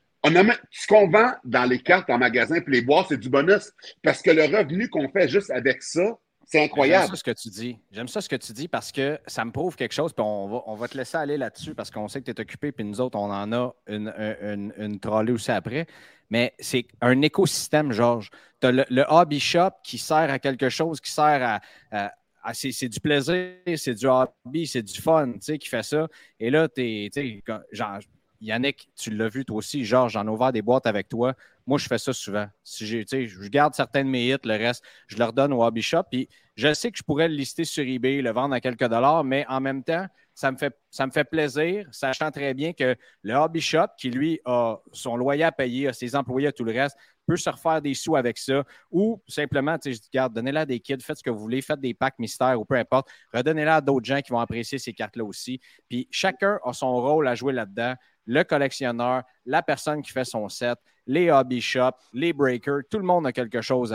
Ce qu'on vend dans les cartes en magasin puis les boîtes, c'est du bonus. Parce que le revenu qu'on fait juste avec ça, c'est incroyable. J'aime ça ce que tu dis. J'aime ça ce que tu dis parce que ça me prouve quelque chose. Puis on va te laisser aller là-dessus parce qu'on sait que tu es occupé. Puis nous autres, on en a une trolley aussi après. Mais c'est un écosystème, Georges. Tu as le hobby shop qui sert à quelque chose, qui sert c'est du plaisir, c'est du hobby, c'est du fun, tu sais, qui fait ça. Et là, genre, Yannick, tu l'as vu toi aussi, Georges, j'en ai ouvert des boîtes avec toi. Moi, je fais ça souvent. Je garde certains de mes hits, le reste, je le redonne au hobby shop. Puis je sais que je pourrais le lister sur eBay, le vendre à quelques dollars, mais en même temps, ça me fait plaisir, sachant très bien que le hobby shop, qui lui a son loyer à payer, a ses employés, tout le reste, peut se refaire des sous avec ça. Ou simplement, je dis, regarde, donnez-la à des kids, faites ce que vous voulez, faites des packs mystères ou peu importe, redonnez-la à d'autres gens qui vont apprécier ces cartes-là aussi. Puis chacun a son rôle à jouer là-dedans. Le collectionneur, la personne qui fait son set, les hobby shops, les breakers, tout le monde a quelque chose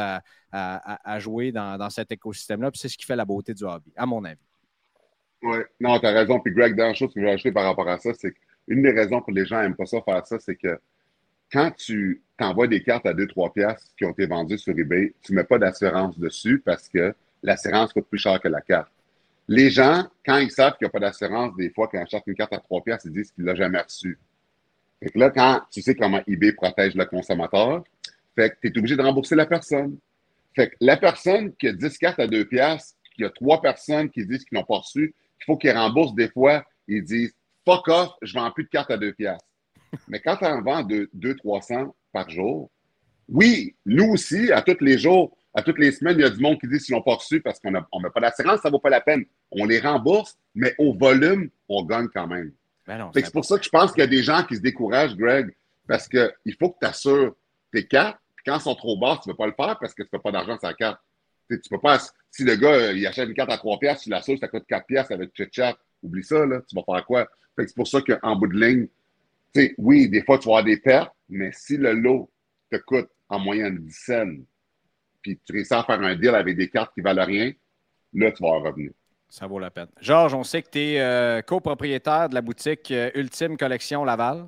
à jouer dans cet écosystème-là. Puis c'est ce qui fait la beauté du hobby, à mon avis. Oui, non, tu as raison. Puis Greg, dernière chose que je vais ajouter par rapport à ça, c'est qu'une des raisons pour les gens n'aiment pas ça faire ça, c'est que quand tu t'envoies des cartes à 2-3 piastres qui ont été vendues sur eBay, tu ne mets pas d'assurance dessus parce que l'assurance coûte plus cher que la carte. Les gens, quand ils savent qu'il n'y a pas d'assurance, des fois, quand ils achètent une carte à 3 piastres, ils disent qu'ils ne l'ont jamais reçue. Fait que là, quand tu sais comment eBay protège le consommateur, fait que tu es obligé de rembourser la personne. Fait que la personne qui a 10 cartes à 2 piastres, qu'il y a 3 personnes qui disent qu'ils n'ont pas reçu, qu'il faut qu'ils remboursent des fois, ils disent « fuck off, je ne vends plus de cartes à 2 piastres ». Mais quand tu en vends 200-300 par jour, oui, nous aussi, à tous les jours, à toutes les semaines, il y a du monde qui dit qu'ils n'ont pas reçu parce qu'on ne met pas d'assurance, ça ne vaut pas la peine. On les rembourse, mais au volume, on gagne quand même. C'est pour ça que je pense qu'il y a des gens qui se découragent, Greg, parce qu'il faut que tu assures tes cartes. Puis quand elles sont trop basses, tu ne peux pas le faire parce que tu ne fais pas d'argent sur la carte. Tu peux pas. Si le gars il achète une carte à 3 piastres, tu l'assures, ça coûte 4 piastres avec Chit-Chat. Oublie ça, là, tu vas faire quoi? C'est pour ça qu'en bout de ligne, oui, des fois, tu vas avoir des pertes, mais si le lot te coûte en moyenne 10 cents, puis tu réussis à faire un deal avec des cartes qui ne valent rien, là, tu vas avoir revenu. Ça vaut la peine. Georges, on sait que tu es copropriétaire de la boutique Ultime Collection Laval.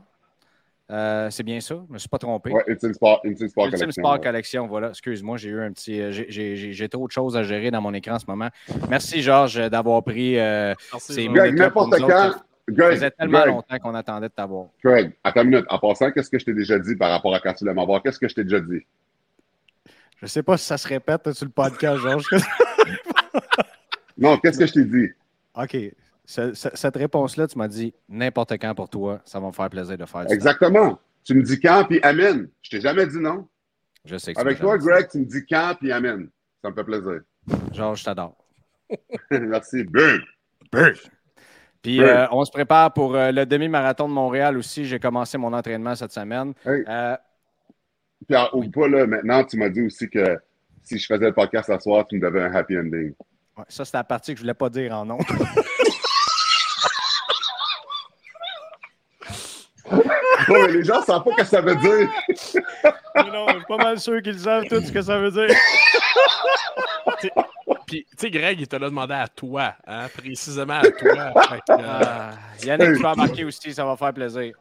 C'est bien ça? Je ne me suis pas trompé. Oui, Ultime Sport Collection. Ultime Sport Collection, voilà. Excuse-moi, j'ai eu un petit. J'ai trop de choses à gérer dans mon écran en ce moment. Merci, Georges, d'avoir pris ces minutes. N'importe quand. Ça faisait tellement longtemps qu'on attendait de t'avoir. Greg, attends une minute. En passant, qu'est-ce que je t'ai déjà dit par rapport à quand tu voulais m'avoir? Qu'est-ce que je t'ai déjà dit? Je ne sais pas si ça se répète sur le podcast, Georges. Non, qu'est-ce que je t'ai dit? OK. Cette réponse-là, tu m'as dit n'importe quand pour toi, ça va me faire plaisir de faire ça. Exactement. Tu me dis quand, puis amen. Je t'ai jamais dit non. Je sais que avec toi, Greg, tu me dis quand, puis amen. Ça me fait plaisir. Georges, je t'adore. Merci. Big. Puis on se prépare pour le demi-marathon de Montréal aussi. J'ai commencé mon entraînement cette semaine. Hey. Puis oublie pas, là, maintenant, tu m'as dit aussi que si je faisais le podcast ce soir, tu me devais un happy ending. Ouais, ça, c'était la partie que je ne voulais pas dire en nom. Non, mais les gens ne savent pas ce que ça veut dire. Non, je suis pas mal sûr qu'ils savent tout ce que ça veut dire. Puis, tu sais, Greg, il te l'a demandé à toi, hein, précisément à toi. Yannick, tu vas embarquer aussi, ça va faire plaisir.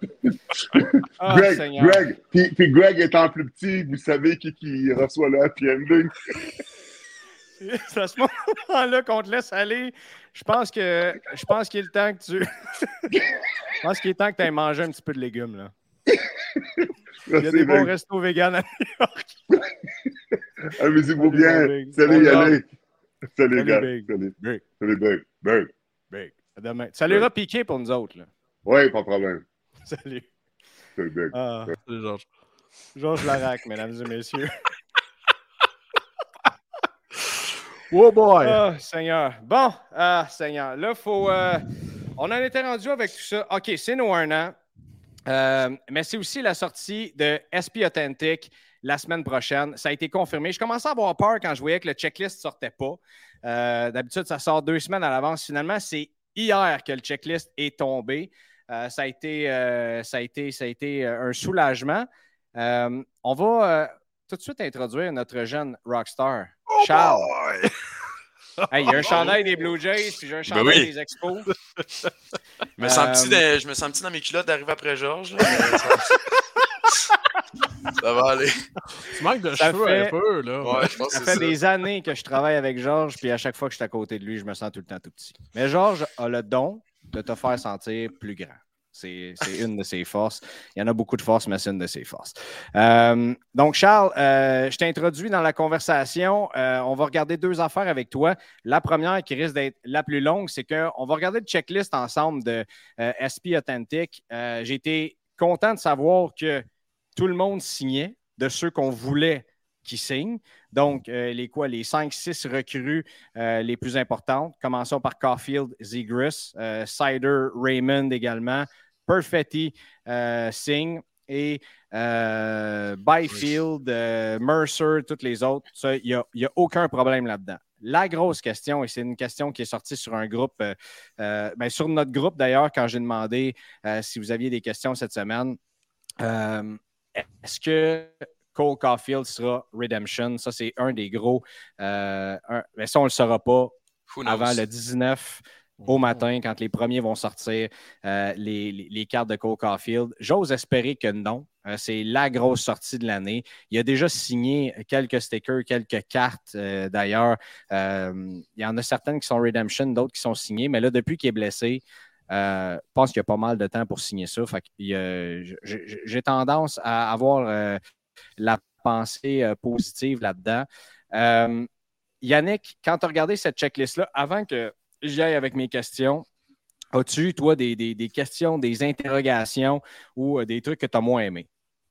Greg, puis Greg étant plus petit, vous savez qui reçoit le happy ending. C'est à ce moment-là qu'on te laisse aller. Je pense qu'il est le temps que tu. Je pense qu'il est temps que tu aies mangé un petit peu de légumes, là. Il y a des bons restos véganes à New York. Amusez-vous bien. Salut, Yannick. Salut, gars. Big. Salut. Big. Salut, Big. Big. À demain. Salut, Piqué pour nous autres, là. Oui, pas de problème. Salut. Salut, Big. Salut, Georges. Georges Larac, mesdames et messieurs. Oh boy! Oh, Seigneur. Bon, Seigneur. Là, faut. On en était rendu avec tout ça. OK, c'est nos 1 an. Mais c'est aussi la sortie de SP Authentic la semaine prochaine. Ça a été confirmé. Je commençais à avoir peur quand je voyais que le checklist ne sortait pas. D'habitude, ça sort 2 semaines à l'avance. Finalement, c'est hier que le checklist est tombé. Ça a été un soulagement. On va tout de suite introduire notre jeune rockstar, Charles. Hey, il y a un chandail des Blue Jays, puis j'ai un chandail des Expos. Je me sens petit dans mes culottes d'arriver après Georges. Ça va aller. Tu manques de cheveux un peu, là. Ouais, je pense que ça fait des années que je travaille avec Georges, puis à chaque fois que je suis à côté de lui, je me sens tout le temps tout petit. Mais Georges a le don de te faire sentir plus grand. C'est une de ses forces. Il y en a beaucoup de forces, mais c'est une de ses forces. Donc, Charles, je t'introduis dans la conversation. On va regarder 2 affaires avec toi. La première, qui risque d'être la plus longue, c'est qu'on va regarder le checklist ensemble de SP Authentic. J'ai été content de savoir que tout le monde signait, de ceux qu'on voulait qui signent. Donc, les 5-6 recrues les plus importantes. Commençons par Caulfield, Zegras, Sider, Raymond également, Perfetti signe et Byfield, Mercer, toutes les autres. Il n'y a aucun problème là-dedans. La grosse question, et c'est une question qui est sortie sur un groupe, sur notre groupe d'ailleurs, quand j'ai demandé si vous aviez des questions cette semaine, est-ce que Cole Caulfield sera Redemption? Ça, c'est un des gros. Mais ça, on ne le saura pas avant le 19 au matin, quand les premiers vont sortir les cartes de Cole Caulfield. J'ose espérer que non. C'est la grosse sortie de l'année. Il a déjà signé quelques stickers, quelques cartes d'ailleurs. Il y en a certaines qui sont Redemption, d'autres qui sont signées. Mais là, depuis qu'il est blessé, je pense qu'il y a pas mal de temps pour signer ça. Fait que, j'ai tendance à avoir la pensée positive là-dedans. Yannick, quand tu as regardé cette checklist-là, avant que j'y aille avec mes questions, as-tu eu, toi, des questions, des interrogations ou des trucs que tu as moins aimés?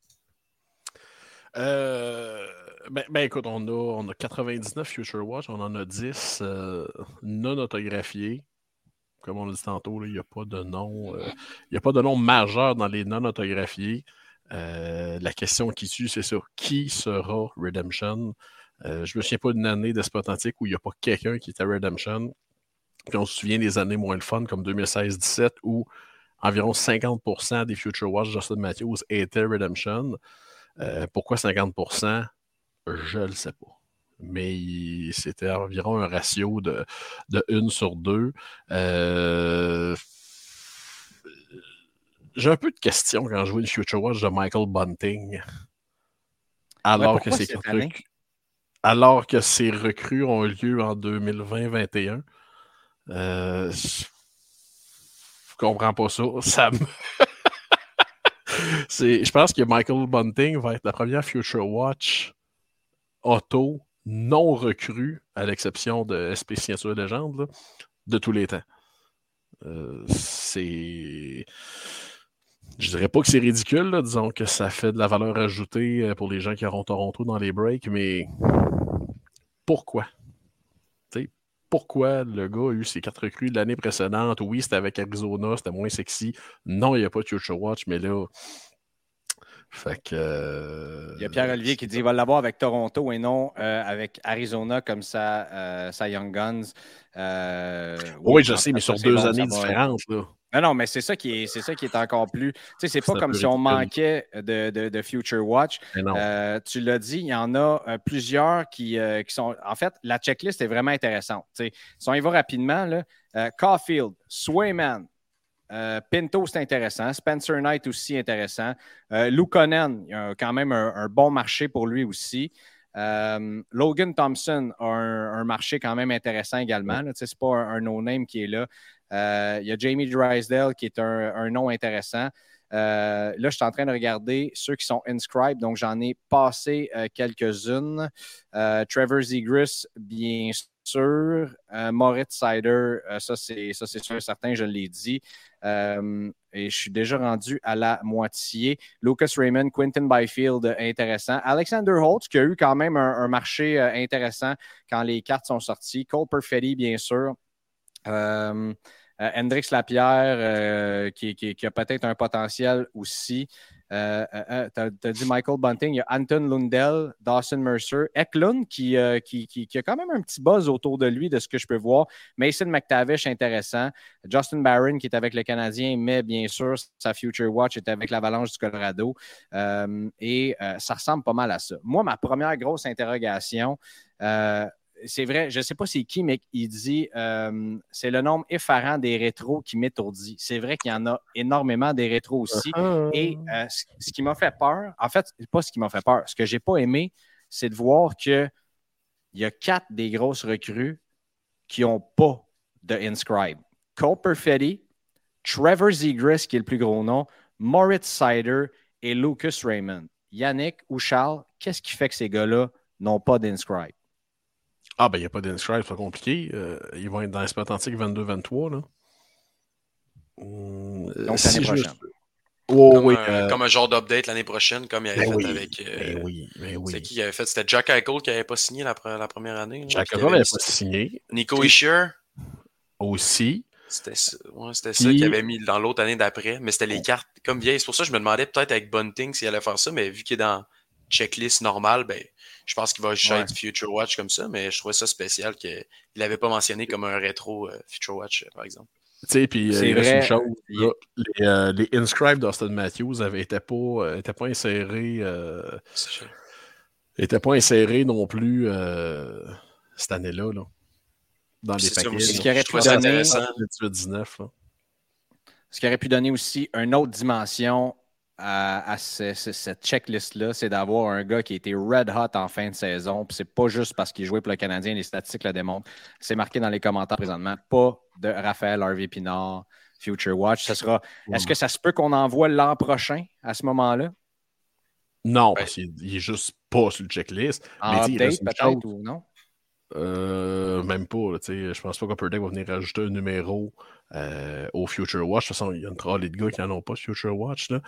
Écoute, on a 99 Future Watch, on en a 10 non autographiés. Comme on l'a dit tantôt, il n'y a pas de nom. Il n'y a pas de nom majeur dans les non autographiés. La question qui tue, c'est ça. Qui sera Redemption? Je me souviens pas d'une année d'Espotantique où il n'y a pas quelqu'un qui était Redemption. Puis on se souvient des années moins le fun, comme 2016-17, où environ 50% des Future Watch Justin Matthews étaient Redemption. Pourquoi 50%? Je ne le sais pas. Mais c'était environ un ratio de 1 sur 2. J'ai un peu de questions quand je vois une Future Watch de Michael Bunting. Alors que ces recrues ont eu lieu en 2020-21. Je comprends pas ça. Je pense que Michael Bunting va être la première Future Watch auto non recrue, à l'exception de SP Signature Légende, là, de tous les temps. Je dirais pas que c'est ridicule, là, disons que ça fait de la valeur ajoutée pour les gens qui auront Toronto dans les breaks, mais pourquoi? Pourquoi le gars a eu ses 4 recrues de l'année précédente? Oui, c'était avec Arizona, c'était moins sexy. Non, il n'y a pas de Future Watch, mais là... Fait que... Il y a Pierre-Olivier qui dit qu'il va l'avoir avec Toronto et non avec Arizona comme ça Young Guns. Oui, je sais, mais sur 2 années différentes, là. Non, mais c'est ça qui est encore plus... Tu sais, c'est pas comme si on manquait de Future Watch. Tu l'as dit, il y en a plusieurs qui sont... En fait, la checklist est vraiment intéressante. Tu sais, si on y va rapidement, là, Caulfield, Swayman, Pinto, c'est intéressant. Spencer Knight aussi intéressant. Luukkonen, il y a quand même un bon marché pour lui aussi. Logan Thompson a un marché quand même intéressant également. Ce n'est pas un no-name qui est là. Il y a Jamie Drysdale qui est un nom intéressant. Là, je suis en train de regarder ceux qui sont inscribed, donc j'en ai passé quelques-unes. Trevor Zegras, bien sûr. Moritz Seider, ça c'est sûr et certain, je l'ai dit. Et je suis déjà rendu à la moitié. Lucas Raymond, Quinton Byfield, intéressant. Alexander Holtz, qui a eu quand même un marché intéressant quand les cartes sont sorties. Cole Perfetti, bien sûr. Hendrix Lapierre, qui a peut-être un potentiel aussi. Tu as dit Michael Bunting, il y a Anton Lundell, Dawson Mercer, Eklund qui a quand même un petit buzz autour de lui de ce que je peux voir. Mason McTavish, intéressant. Justin Barron qui est avec le Canadien, mais bien sûr, sa Future Watch est avec l'Avalanche du Colorado. Ça ressemble pas mal à ça. Moi, ma première grosse interrogation, c'est vrai, je ne sais pas c'est qui, mais il dit c'est le nombre effarant des rétros qui m'étourdit. C'est vrai qu'il y en a énormément des rétros aussi. Et ce qui m'a fait peur, en fait, pas ce qui m'a fait peur, ce que je n'ai pas aimé, c'est de voir qu'il y a 4 des grosses recrues qui n'ont pas de inscribe. Cole Perfetti, Trevor Zegras, qui est le plus gros nom, Moritz Seider et Lucas Raymond. Yannick ou Charles, qu'est-ce qui fait que ces gars-là n'ont pas d'inscribe? Ah, ben, il n'y a pas d'inscribe, c'est pas compliqué. Ils vont être dans l'Espace Atlantique 22-23, là. Donc, l'année prochaine. Comme un genre d'update l'année prochaine, comme il avait fait avec... C'est qui avait fait? C'était Jack Eichel qui n'avait pas signé la première année. Jack Eichel n'avait pas signé. Nico Hischier. Aussi. C'était ça qu'il avait mis dans l'autre année d'après. Mais c'était les cartes comme vieilles. C'est pour ça que je me demandais peut-être avec Bunting s'il allait faire ça, mais vu qu'il est dans checklist normale, ben... Je pense qu'il va juste être Future Watch comme ça, mais je trouvais ça spécial qu'il n'avait pas mentionné comme un rétro Future Watch, par exemple. Tu sais, puis c'est vrai. Une chose, les inscribed d'Austin Matthews n'étaient pas insérés. N'étaient pas insérés non plus cette année-là. Là, dans les paquets. Ce qui aurait pu donner 18-19. Ce qui aurait pu donner aussi une autre dimension à cette checklist-là, c'est d'avoir un gars qui a été red hot en fin de saison. Puis c'est pas juste parce qu'il jouait pour le Canadien, les statistiques le démontrent. C'est marqué dans les commentaires présentement. Pas de Raphaël Harvey-Pinard, Future Watch. Est-ce que ça se peut qu'on envoie l'an prochain à ce moment-là? Non, parce qu'il est juste pas sur le checklist. En update, peut-être, ou non? Même pas. Je pense pas qu'Upper Deck va venir rajouter un numéro au Future Watch. De toute façon, il y a une trolley de gars qui n'en ont pas, Future Watch. Là.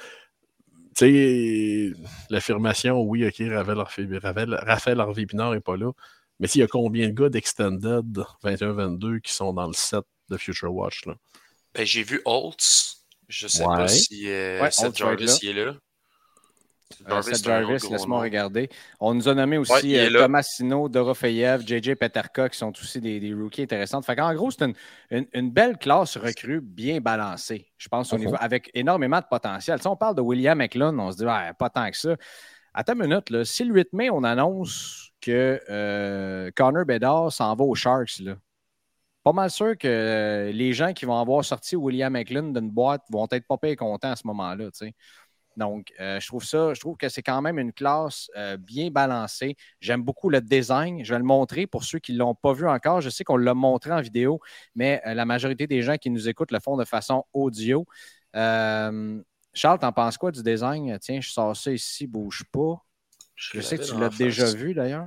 L'affirmation, oui, OK, Raphaël Harvey-Pinard n'est pas là. Mais il y a combien de gars d'Extended 21-22 qui sont dans le set de Future Watch? Là? Ben, j'ai vu Holtz. Je sais pas si Seth Jarvis est là. Seth Jarvis, laisse-moi regarder. On nous a nommé aussi Thomas Sino, Dorofeyev, JJ Peterka, qui sont aussi des rookies intéressants. Fait qu'en gros, c'est une belle classe recrue bien balancée, je pense, au niveau, avec énormément de potentiel. Si on parle de William Eklund, on se dit pas tant que ça. Attends une minute, là, si le 8 mai, on annonce que Connor Bedard s'en va aux Sharks, là, pas mal sûr que les gens qui vont avoir sorti William Eklund d'une boîte vont être pas pire contents à ce moment-là, tu sais. Donc, je trouve que c'est quand même une classe bien balancée. J'aime beaucoup le design. Je vais le montrer pour ceux qui ne l'ont pas vu encore. Je sais qu'on l'a montré en vidéo, mais la majorité des gens qui nous écoutent le font de façon audio. Charles, t'en penses quoi du design? Tiens, je sors ça ici, bouge pas. Je sais que tu l'as déjà vu d'ailleurs.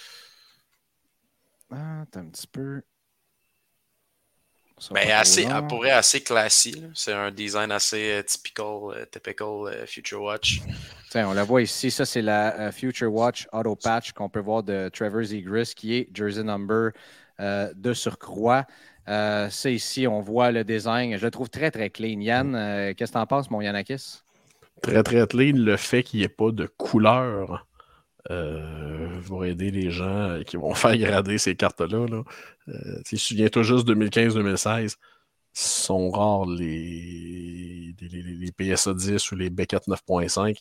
Attends un petit peu. Pourrait assez classique. C'est un design assez typical Future Watch. Tiens, on la voit ici. Ça, c'est la Future Watch Auto Patch qu'on peut voir de Trevor Zegras, qui est jersey number de surcroît. C'est ici, on voit le design. Je le trouve très, très clean. Yann, qu'est-ce que tu en penses, mon Yannakis? Très, très clean. Le fait qu'il n'y ait pas de couleur va aider les gens qui vont faire grader ces cartes-là. Là. Souviens-toi juste 2015-2016, sont rares les PSA 10 ou les Beckett 9.5.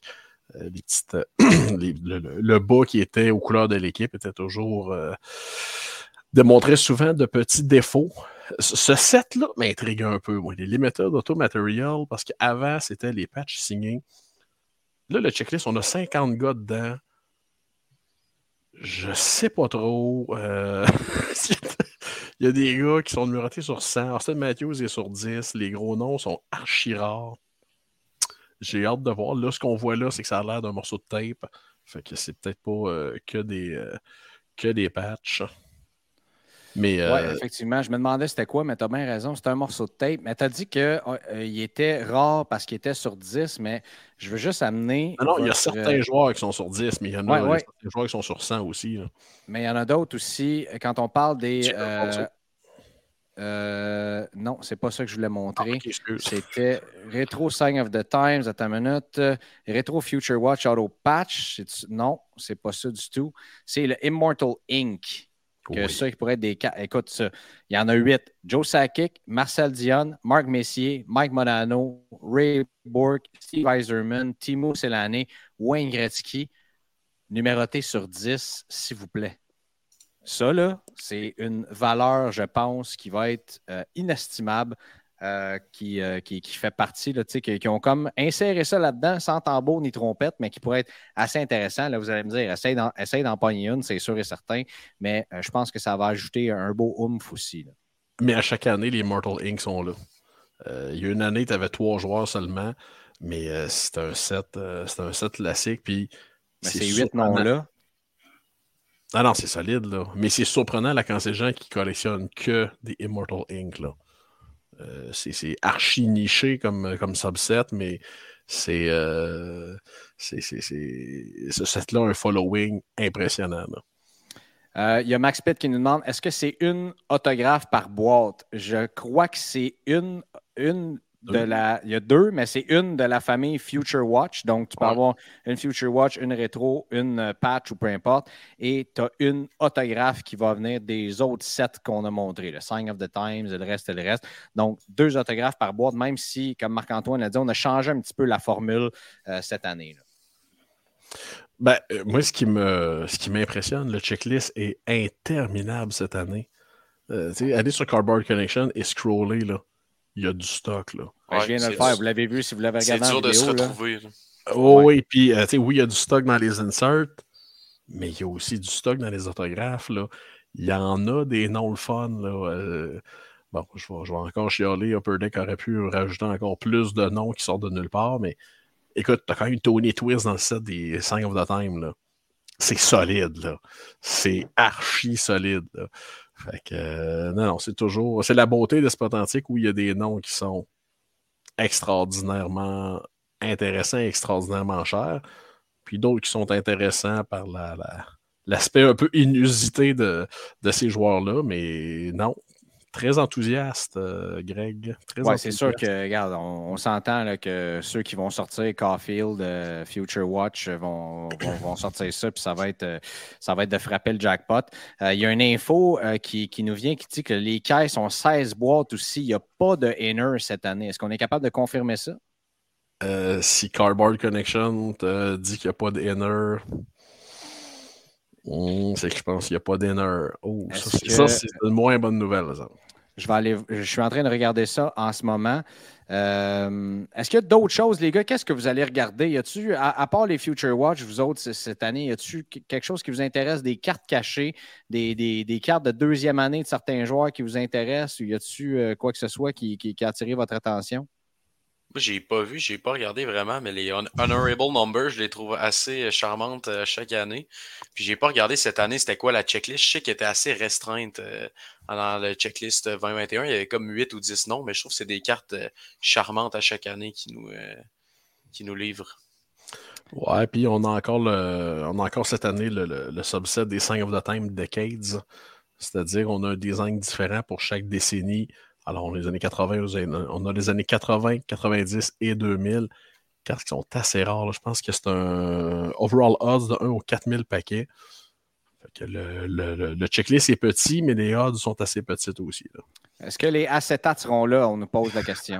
Le bas qui était aux couleurs de l'équipe était toujours démontrait souvent de petits défauts. Ce set-là m'intrigue un peu, moi. Les limiteurs d'auto-material, parce qu'avant, c'était les patchs signés. Là, le checklist, on a 50 gars dedans. Je sais pas trop. Il y a des gars qui sont numérotés sur 100. Austin Matthews est sur 10. Les gros noms sont archi rares. J'ai hâte de voir. Là, ce qu'on voit là, c'est que ça a l'air d'un morceau de tape. Fait que c'est peut-être pas que des patchs. Mais, ouais, effectivement. Je me demandais c'était quoi, mais tu as bien raison. C'est un morceau de tape. Mais tu as dit qu'il était rare parce qu'il était sur 10, mais je veux juste amener. Non, il y a certains joueurs qui sont sur 10, mais il y en a certains joueurs qui sont sur 100 aussi. Là. Mais il y en a d'autres aussi. Quand on parle des. Non, c'est pas ça que je voulais montrer. Okay, c'était Retro Sign of the Times. Attends une minute. Retro Future Watch Auto Patch. Non, c'est pas ça du tout. C'est le Immortal Inc. Que ça, qui pourrait être des... Écoute ça, il y en a 8. Joe Sakic, Marcel Dion, Marc Messier, Mike Modano, Ray Bourque, Steve Yzerman, Timo Selane, Wayne Gretzky, numéroté sur 10, s'il vous plaît. Ça, là, c'est une valeur, je pense, qui va être inestimable, qui fait partie, là, qui ont comme inséré ça là-dedans, sans tambour ni trompette, mais qui pourrait être assez intéressant. Là, vous allez me dire, essaye d'en pogner une, c'est sûr et certain, mais je pense que ça va ajouter un beau oomph aussi. Là. Mais à chaque année, les Immortal Inc. sont là. Il y a une année, tu avais 3 joueurs seulement, mais c'est un set classique. Puis mais ces 8 noms-là. Ah non, c'est solide, là. Mais c'est surprenant là, quand c'est gens qui collectionnent que des Immortal Inc. Là. C'est archi niché comme subset, mais c'est ce set-là a un following impressionnant. Il y a Max Pitt qui nous demande est-ce que c'est une autographe par boîte? Je crois que c'est une de la. Il y a 2, mais c'est une de la famille Future Watch. Donc, tu peux avoir une Future Watch, une rétro, une patch ou peu importe. Et tu as une autographe qui va venir des autres sets qu'on a montrés, le Sign of the Times et le reste. Donc, 2 autographes par boîte, même si, comme Marc-Antoine l'a dit, on a changé un petit peu la formule cette année. Là. Ben, moi, ce qui m'impressionne, le checklist est interminable cette année. Aller sur Cardboard Connection et scroller, là. Il y a du stock, là. Ouais, je viens de le faire. Vous l'avez vu si vous l'avez regardé en vidéo. C'est dur de se retrouver. Oui, puis, oui, il y a du stock dans les inserts, mais il y a aussi du stock dans les autographes, là. Il y en a des noms le fun, là. Bon, je vais encore chialer. Upper Deck aurait pu rajouter encore plus de noms qui sortent de nulle part, mais écoute, t'as quand même Tony Twist dans le set des Sign of the Time, là. C'est solide, là. C'est archi solide, là. Fait que, non, c'est toujours... C'est la beauté de Spot Antique où il y a des noms qui sont extraordinairement intéressants, extraordinairement chers, puis d'autres qui sont intéressants par l'aspect un peu inusité de ces joueurs-là, mais non, très enthousiaste, Greg. Oui, c'est sûr que, regarde, on s'entend là, que ceux qui vont sortir Caulfield, Future Watch vont sortir ça, puis ça va être de frapper le jackpot. Il y a une info qui nous vient qui dit que les caisses ont 16 boîtes aussi. Il n'y a pas de inner cette année. Est-ce qu'on est capable de confirmer ça? Si Cardboard Connection te dit qu'il n'y a pas de inner... c'est que je pense qu'il n'y a pas d'inner. Oh, ça, c'est une moins bonne nouvelle. Je suis en train de regarder ça en ce moment. Est-ce qu'il y a d'autres choses, les gars? Qu'est-ce que vous allez regarder? Y a-tu, à part les Future Watch, vous autres, cette année, y a-tu quelque chose qui vous intéresse? Des cartes cachées, des cartes de 2e année de certains joueurs qui vous intéressent? Ou y a-tu quoi que ce soit qui a attiré votre attention? Moi, j'ai pas regardé vraiment, mais les Honorable Numbers, je les trouve assez charmantes chaque année. Puis j'ai pas regardé cette année, c'était quoi la checklist. Je sais qu'elle était assez restreinte dans le checklist 2021. Il y avait comme 8 ou 10 noms, mais je trouve que c'est des cartes charmantes à chaque année qui nous livrent. Ouais, puis on a encore cette année le subset des Sign of the Time Decades. C'est-à-dire on a un design différent pour chaque décennie. Alors, les années 80, on a les années 80, 90 et 2000, cartes qui sont assez rares. Là. Je pense que c'est un overall odds de 1 aux 4000 paquets. Fait que le checklist est petit, mais les odds sont assez petites aussi. Là. Est-ce que les acétats seront là? On nous pose la question.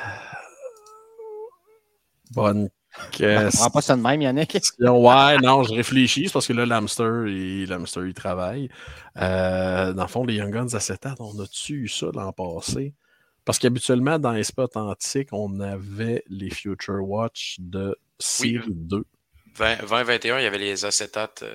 Bonne question. On prend pas ça de même, Yannick. Ouais, non, je réfléchis. C'est parce que là, Lamster, il travaille. Dans le fond, les Young Guns acétates, on a-tu eu ça l'an passé? Parce qu'habituellement, dans les spots antiques, on avait les Future Watch de Series 2. 2021, il y avait les acétates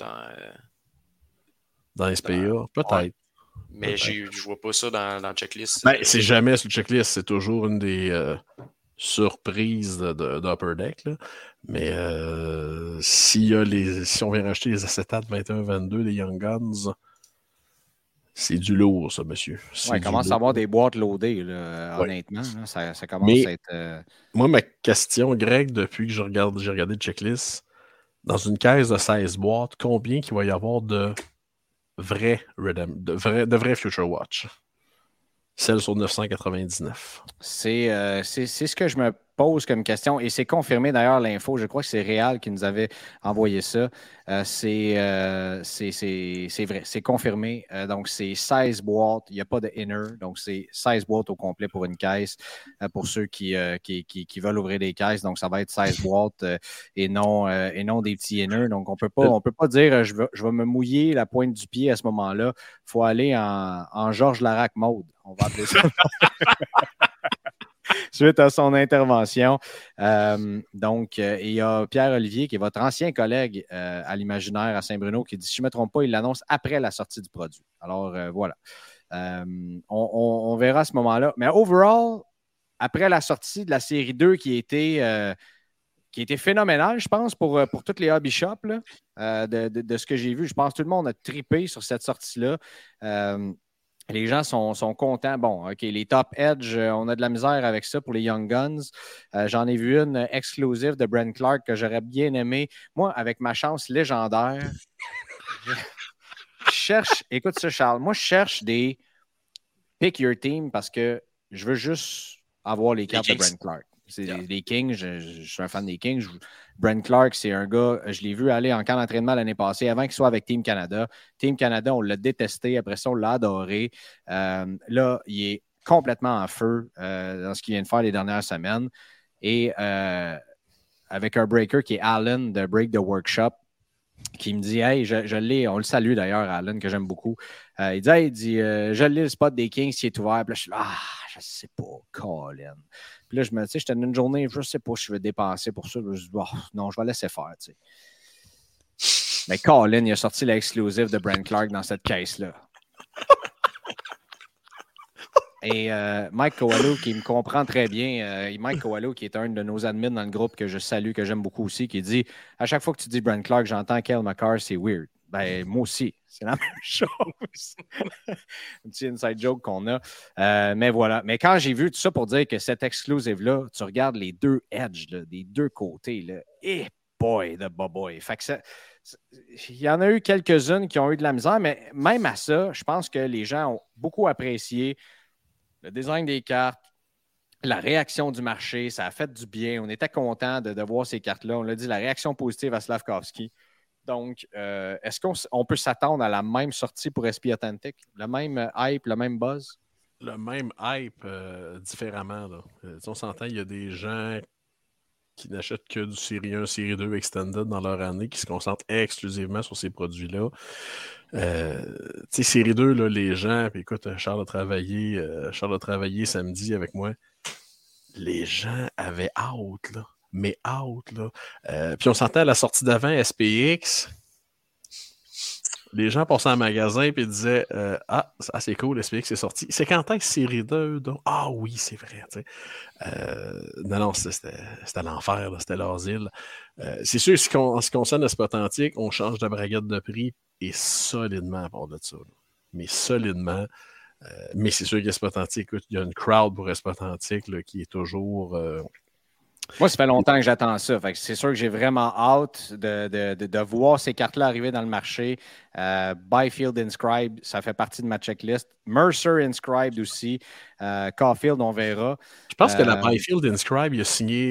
dans SPA, peut-être. Ouais. Mais je vois pas ça dans la checklist. C'est jamais sur le checklist. C'est toujours une des surprises d'Upper Deck. Là. Mais si on vient racheter les acétates 21-22 des Young Guns, c'est du lourd, ça, monsieur. Il commence à avoir des boîtes loadées, là, honnêtement. Là, ça commence à être... Moi, ma question, Greg, depuis que j'ai regardé le checklist, dans une caisse de 16 boîtes, combien qu'il va y avoir de vrais Future Watch? Celle sur 999. C'est ce que je me pose comme question et c'est confirmé d'ailleurs l'info. Je crois que c'est Réal qui nous avait envoyé ça. C'est vrai, c'est confirmé. Donc, c'est 16 boîtes. Il n'y a pas de inner. Donc, c'est 16 boîtes au complet pour une caisse pour ceux qui veulent ouvrir des caisses. Donc, ça va être 16 boîtes et non des petits inner. Donc, on peut pas dire je vais me mouiller la pointe du pied à ce moment-là. Il faut aller en Georges Larac mode. On va appeler ça. Suite à son intervention. Donc, il y a Pierre-Olivier, qui est votre ancien collègue à l'Imaginaire à Saint-Bruno, qui dit, si je ne me trompe pas, il l'annonce après la sortie du produit. Alors, voilà. On verra à ce moment-là. Mais overall, après la sortie de la série 2 qui a été phénoménale, je pense, pour toutes les hobby shops, là, de ce que j'ai vu. Je pense que tout le monde a trippé sur cette sortie-là. Les gens sont contents. Bon, OK, les Top Edge, on a de la misère avec ça pour les Young Guns. J'en ai vu une exclusive de Brent Clark que j'aurais bien aimé. Moi, avec ma chance légendaire, je cherche... Écoute ça, Charles. Moi, je cherche des Pick Your Team parce que je veux juste avoir les cartes de Brent Clark. C'est les Kings. Je suis un fan des Kings. Brent Clark, c'est un gars, je l'ai vu aller en camp d'entraînement l'année passée, avant qu'il soit avec Team Canada. Team Canada, on l'a détesté. Après ça, on l'a adoré. Là, il est complètement en feu dans ce qu'il vient de faire les dernières semaines. Et avec un breaker qui est Alan de Break the Workshop, qui me dit, hey, je l'ai, on le salue d'ailleurs, Alan, que j'aime beaucoup. Il dit, je l'ai, le spot des Kings qui est ouvert. Puis là, je suis là, je sais pas, Colin. Puis là, je me dis, j'étais dans une journée, je sais pas si je vais dépenser pour ça. Je me dis, non, je vais laisser faire, tu sais. Mais Colin, il a sorti l'exclusive de Brent Clark dans cette caisse-là. Et Mike Kowalo, qui me comprend très bien, Mike Kowalo, qui est un de nos admins dans le groupe que je salue, que j'aime beaucoup aussi, qui dit, à chaque fois que tu dis Brent Clark, j'entends Kyle McCarr, c'est weird. Ben, moi aussi, c'est la même chose. Un petit inside joke qu'on a. Mais voilà. Mais quand j'ai vu tout ça pour dire que cette exclusive-là, tu regardes les deux edges, là, des deux côtés, là, et boy, de boy. Fait que il y en a eu quelques-unes qui ont eu de la misère, mais même à ça, je pense que les gens ont beaucoup apprécié le design des cartes, la réaction du marché. Ça a fait du bien. On était content de voir ces cartes-là. On l'a dit, la réaction positive à Slavkovski. Donc, est-ce qu'on peut s'attendre à la même sortie pour SP Authentic? Le même hype, le même buzz? Le même hype, différemment. Là. On s'entend, il y a des gens qui n'achètent que du Série 1, Série 2 Extended dans leur année, qui se concentrent exclusivement sur ces produits-là. Série 2, là, les gens, puis écoute, Charles a travaillé samedi avec moi. Les gens avaient hâte, là. Mais out, là. Puis on s'entend à la sortie d'avant, SPX, les gens passaient en magasin et disaient c'est cool, SPX est sorti. C'est quand est-ce série 2? Donc? Ah oui, c'est vrai. Non, c'était l'enfer, là, c'était l'asile. C'est sûr, en ce qui concerne le spot antique, on change de braguette de prix et solidement à part de ça. Là. Mais solidement. Mais c'est sûr qu'il y a spot antique. Écoute, il y a une crowd pour spot antique là, qui est toujours. Moi, ça fait longtemps que j'attends ça. Fait que c'est sûr que j'ai vraiment hâte de voir ces cartes-là arriver dans le marché. Byfield Inscribed, ça fait partie de ma checklist. Mercer Inscribed aussi. Caulfield, on verra. Je pense que la Byfield Inscribed, il a signé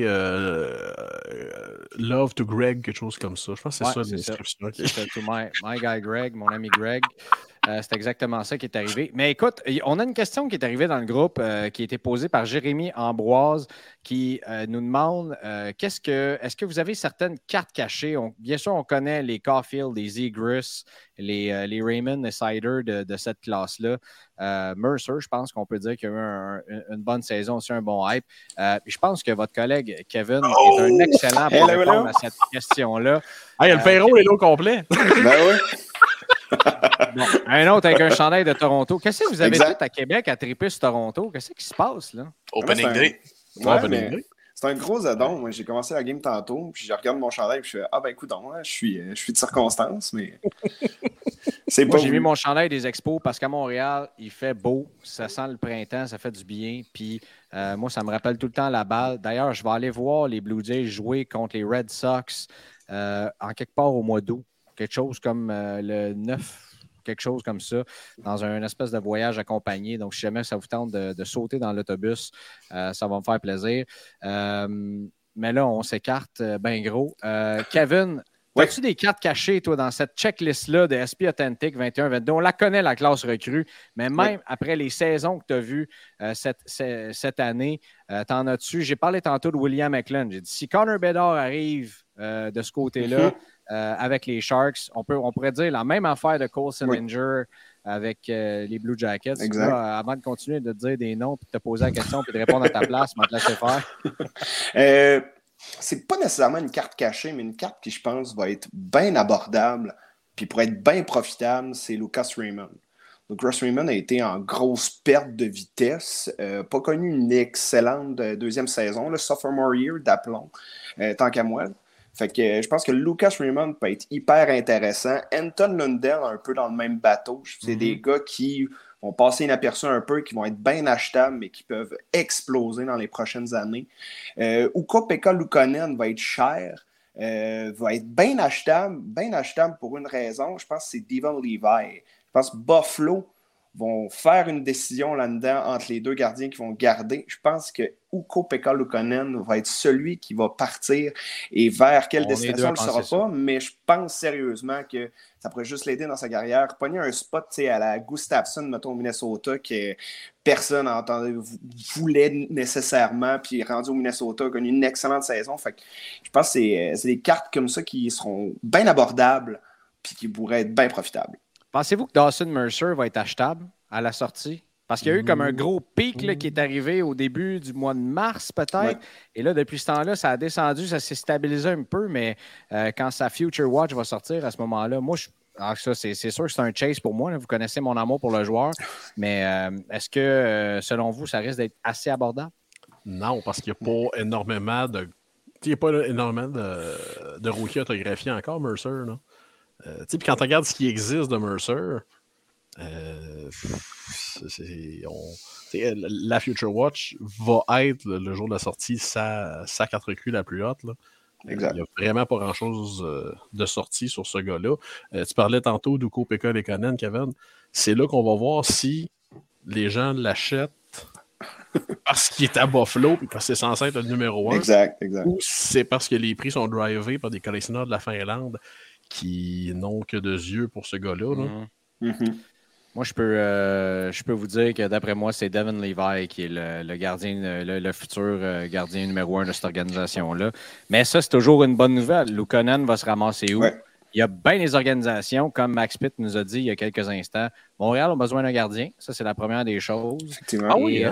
Love to Greg, quelque chose comme ça. Je pense que c'est ça l'inscription. C'est to my guy Greg, mon ami Greg. C'est exactement ça qui est arrivé. Mais écoute, on a une question qui est arrivée dans le groupe qui a été posée par Jérémy Ambroise qui nous demande est-ce que vous avez certaines cartes cachées? Bien sûr, on connaît les Caulfield, les Zegras, les Raymond et Sider de cette classe-là. Mercer, je pense qu'on peut dire qu'il y a eu une bonne saison, aussi un bon hype. Je pense que votre collègue Kevin est un excellent pour répondre à cette question-là. Il y a le Ferro, les lots complets. Ben oui. Bon, un autre avec un chandail de Toronto. Qu'est-ce que vous avez fait à Québec à triper sur Toronto? Qu'est-ce qui se passe, là? Opening day. C'est un gros addon. Moi, j'ai commencé la game tantôt, puis je regarde mon chandail, puis je fais écoute, je suis de circonstance, mais c'est pas. Moi, j'ai mis mon chandail des Expos parce qu'à Montréal, il fait beau, ça sent le printemps, ça fait du bien. Puis moi, ça me rappelle tout le temps la balle. D'ailleurs, je vais aller voir les Blue Jays jouer contre les Red Sox en quelque part au mois d'août. Quelque chose comme le 9, quelque chose comme ça, dans un espèce de voyage accompagné. Donc, si jamais ça vous tente de sauter dans l'autobus, ça va me faire plaisir. Mais là, on s'écarte bien gros. Kevin, as-tu des cartes cachées, toi, dans cette checklist-là de SP Authentic 21-22? On la connaît, la classe recrue, mais même après les saisons que tu as vues cette année, t'en as-tu? J'ai parlé tantôt de William McLean. J'ai dit, si Connor Bedard arrive de ce côté-là, avec les Sharks, on pourrait dire la même affaire de Cole Sillinger avec les Blue Jackets. Là, avant de continuer de te dire des noms, puis de te poser la question, puis de répondre à ta place, je vais te laisser faire. C'est pas nécessairement une carte cachée, mais une carte qui, je pense, va être bien abordable, puis pour être bien profitable, c'est Lucas Raymond. Lucas Raymond a été en grosse perte de vitesse, pas connu une excellente deuxième saison, le sophomore year d'aplomb, tant qu'à moi. Fait que je pense que Lucas Raymond peut être hyper intéressant. Anton Lundell, un peu dans le même bateau. C'est des gars qui vont passer inaperçus un peu, qui vont être bien achetables, mais qui peuvent exploser dans les prochaines années. Ukko-Pekka Luukkonen va être cher, va être bien achetable pour une raison. Je pense que c'est Devon Levi. Je pense que Buffalo vont faire une décision là-dedans entre les deux gardiens qui vont garder. Je pense que Ukko-Pekka Luukkonen va être celui qui va partir et vers quelle destination, on ne le saura pas, mais je pense sérieusement que ça pourrait juste l'aider dans sa carrière. Pogner un spot à la Gustafsson, mettons, au Minnesota, que personne voulait nécessairement, puis rendu au Minnesota, a connu une excellente saison. Fait que je pense que c'est des cartes comme ça qui seront bien abordables puis qui pourraient être bien profitables. Pensez-vous que Dawson Mercer va être achetable à la sortie? Parce qu'il y a eu comme un gros pic là, qui est arrivé au début du mois de mars, peut-être. Ouais. Et là, depuis ce temps-là, ça a descendu, ça s'est stabilisé un peu, mais quand sa Future Watch va sortir à ce moment-là, moi, ça, c'est sûr que c'est un chase pour moi. Là. Vous connaissez mon amour pour le joueur. Mais est-ce que, selon vous, ça risque d'être assez abordable? Non, parce qu'il n'y a pas énormément de... Il n'y a pas énormément de rookies autographiés encore, Mercer, là. Puis quand tu regardes ce qui existe de Mercer, la Future Watch va être le jour de la sortie sa carte recrue la plus haute. Là. Exact. Il n'y a vraiment pas grand-chose de sortie sur ce gars-là. Tu parlais tantôt d'Ukko-Pekka Luukkonen, Kevin. C'est là qu'on va voir si les gens l'achètent parce qu'il est à Buffalo et parce que c'est censé être le numéro 1. Exact. Ou c'est parce que les prix sont drivés par des collectionneurs de la Finlande qui n'ont que 2 yeux pour ce gars-là. Là. Moi, je peux vous dire que d'après moi, c'est Devon Levi qui est le gardien, le futur gardien numéro 1 de cette organisation-là. Mais ça, c'est toujours une bonne nouvelle. Luukkonen va se ramasser où? Ouais. Il y a bien des organisations, comme Max Pitt nous a dit il y a quelques instants. Montréal a besoin d'un gardien. Ça, c'est la première des choses. Effectivement.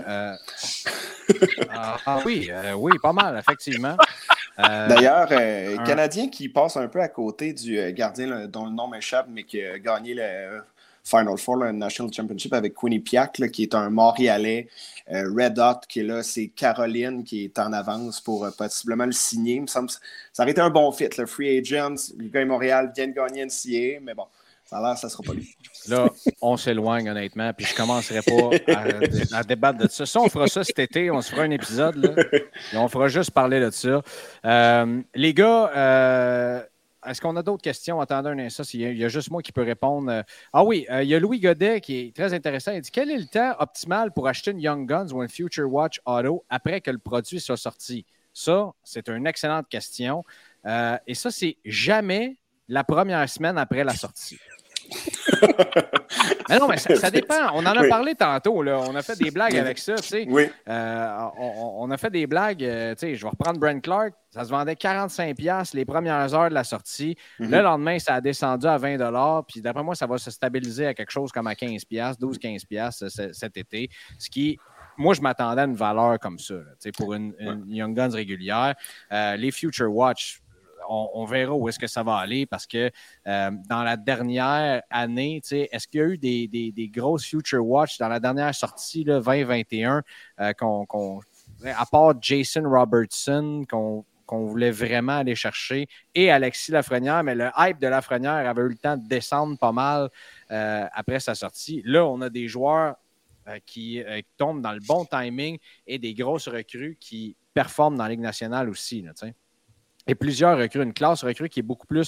Oui, pas mal, effectivement. D'ailleurs, Canadien qui passe un peu à côté du gardien dont le nom m'échappe, mais qui a gagné le Final Four, le National Championship avec Quinnipiac, là, qui est un Montréalais. Red Hot, qui est là, c'est Caroline qui est en avance pour possiblement le signer. Il me semble que ça aurait été un bon fit. Le Free Agent, le gars de Montréal vient de gagner NCAA, mais bon, ça a l'air que ça ne sera pas lui. Là, on s'éloigne honnêtement, puis je ne commencerai pas à débattre de ça. Si on fera ça cet été, on se fera un épisode, là, et on fera juste parler de ça. Les gars, est-ce qu'on a d'autres questions? Attendez un instant, il y a juste moi qui peux répondre. Il y a Louis Godet qui est très intéressant. Il dit, quel est le temps optimal pour acheter une Young Guns ou une Future Watch Auto après que le produit soit sorti? Ça, c'est une excellente question. Et ça, c'est jamais la première semaine après la sortie. Mais non, mais ça dépend. On en a parlé tantôt. Là. On a fait des blagues avec ça. Tu sais. Oui. On a fait des blagues. Tu sais, je vais reprendre Brent Clark. Ça se vendait 45$ les premières heures de la sortie. Le lendemain, ça a descendu à 20$. Puis d'après moi, ça va se stabiliser à quelque chose comme à 15$, 12-15$ cet été. Ce qui, moi, je m'attendais à une valeur comme ça là, pour une Young Guns régulière. Les Future Watch, on verra où est-ce que ça va aller parce que dans la dernière année, est-ce qu'il y a eu des grosses Future Watch dans la dernière sortie là, 2021 à part Jason Robertson qu'on voulait vraiment aller chercher et Alexis Lafrenière, mais le hype de Lafrenière avait eu le temps de descendre pas mal après sa sortie. Là, on a des joueurs qui tombent dans le bon timing et des grosses recrues qui performent dans la Ligue nationale aussi. Là, et plusieurs recrues, une classe recrue qui est beaucoup plus,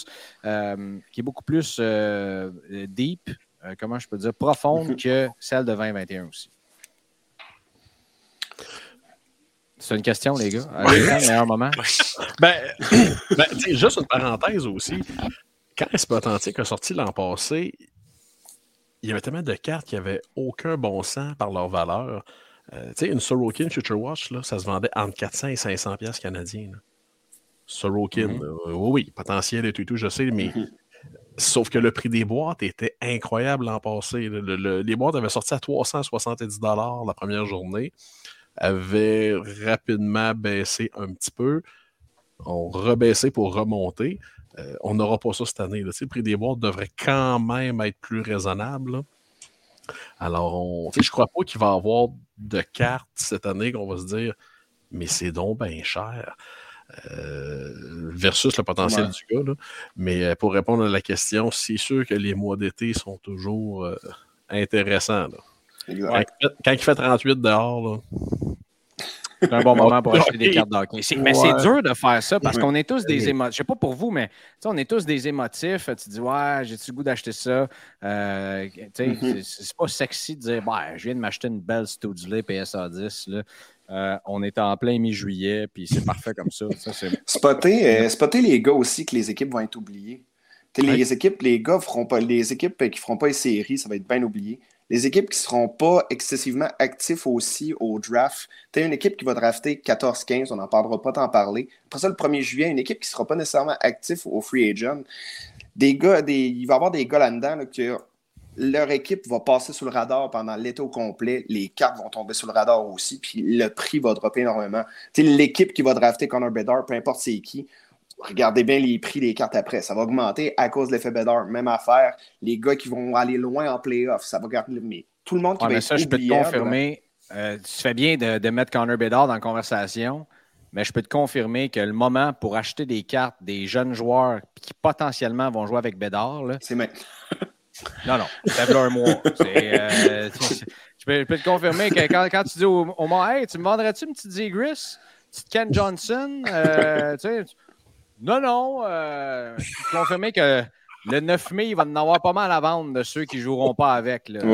deep, comment je peux dire, profonde que celle de 2021 aussi. C'est une question, les gars. Le meilleur moment. Juste une parenthèse aussi. Quand Esp Authentique a sorti l'an passé, il y avait tellement de cartes qui n'avaient aucun bon sens par leur valeur. Une Sorokin Future Watch, là, ça se vendait entre 400 et 500$ canadiens. Là. Sorokin, oui, potentiel et tout, je sais, mais sauf que le prix des boîtes était incroyable l'an passé. Les boîtes avaient sorti à 370$ la première journée, avaient rapidement baissé un petit peu, ont rebaissé pour remonter. On n'aura pas ça cette année. Là. Le prix des boîtes devrait quand même être plus raisonnable. Là. Alors, je crois pas qu'il va y avoir de cartes cette année qu'on va se dire « mais c'est donc bien cher ». Versus le potentiel du gars. Là. Mais pour répondre à la question, c'est sûr que les mois d'été sont toujours intéressants. Là. Quand il fait 38 dehors, là, c'est un bon moment pour acheter des cartes d'hockey. Mais c'est dur de faire ça parce qu'on est tous des émotifs. Je sais pas pour vous, mais on est tous des émotifs. Tu dis, ouais, j'ai-tu le goût d'acheter ça? C'est pas sexy de dire, je viens de m'acheter une belle Studley PSA 10. Là. On est en plein mi-juillet, puis c'est parfait comme ça. Spotter les gars aussi que les équipes vont être oubliées. Les équipes qui feront pas les séries, ça va être bien oublié. Les équipes qui ne seront pas excessivement actifs aussi au draft. Tu as une équipe qui va drafter 14-15, on n'en parlera pas t'en parler. Après ça, le 1er juillet, une équipe qui ne sera pas nécessairement active au free agent. Il va y avoir des gars là-dedans là, que leur équipe va passer sous le radar pendant l'été au complet. Les cartes vont tomber sous le radar aussi, puis le prix va dropper énormément. Tu sais, l'équipe qui va drafter Connor Bedard, peu importe c'est qui, regardez bien les prix des cartes après. Ça va augmenter à cause de l'effet Bedard. Même affaire. Les gars qui vont aller loin en playoff, ça va garder. Mais tout le monde qui va être ça, je peux te confirmer. Tu fais bien de mettre Connor Bedard dans la conversation, mais je peux te confirmer que le moment pour acheter des cartes des jeunes joueurs qui potentiellement vont jouer avec Bedard, là, c'est maintenant. Non, lève-le un mois. Je peux te confirmer que quand tu dis au moment, hey, tu me vendrais-tu une petite Zegras, une petite Ken Johnson? Non. Je peux te confirmer que le 9 mai, il va en avoir pas mal à vendre de ceux qui ne joueront pas avec. Là.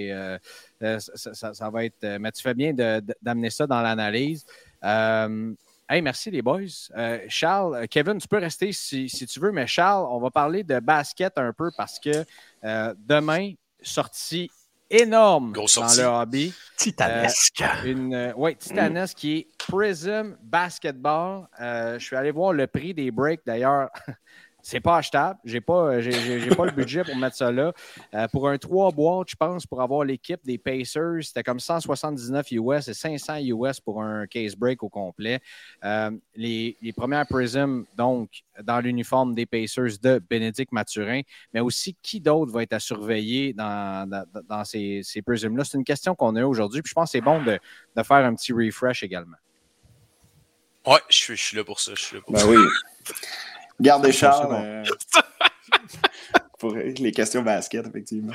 Ça va être. Mais tu fais bien d'amener ça dans l'analyse. Hey, merci les boys. Charles, Kevin, tu peux rester si tu veux, mais Charles, on va parler de basket un peu parce que demain, sortie énorme dans le hobby. Titanesque. Titanesque qui est Prism Basketball. Je suis allé voir le prix des breaks d'ailleurs. C'est pas achetable. J'ai pas le budget pour mettre ça là. Pour un 3 boîtes, je pense, pour avoir l'équipe des Pacers, c'était comme 179 US et 500 US pour un case break au complet. Les premières Prism, donc, dans l'uniforme des Pacers de Bénédicte Mathurin, mais aussi qui d'autre va être à surveiller dans ces Prism-là? C'est une question qu'on a aujourd'hui, puis je pense que c'est bon de faire un petit refresh également. Ouais, je suis là pour ça. Oui. Garde Charles pour les questions basket, effectivement.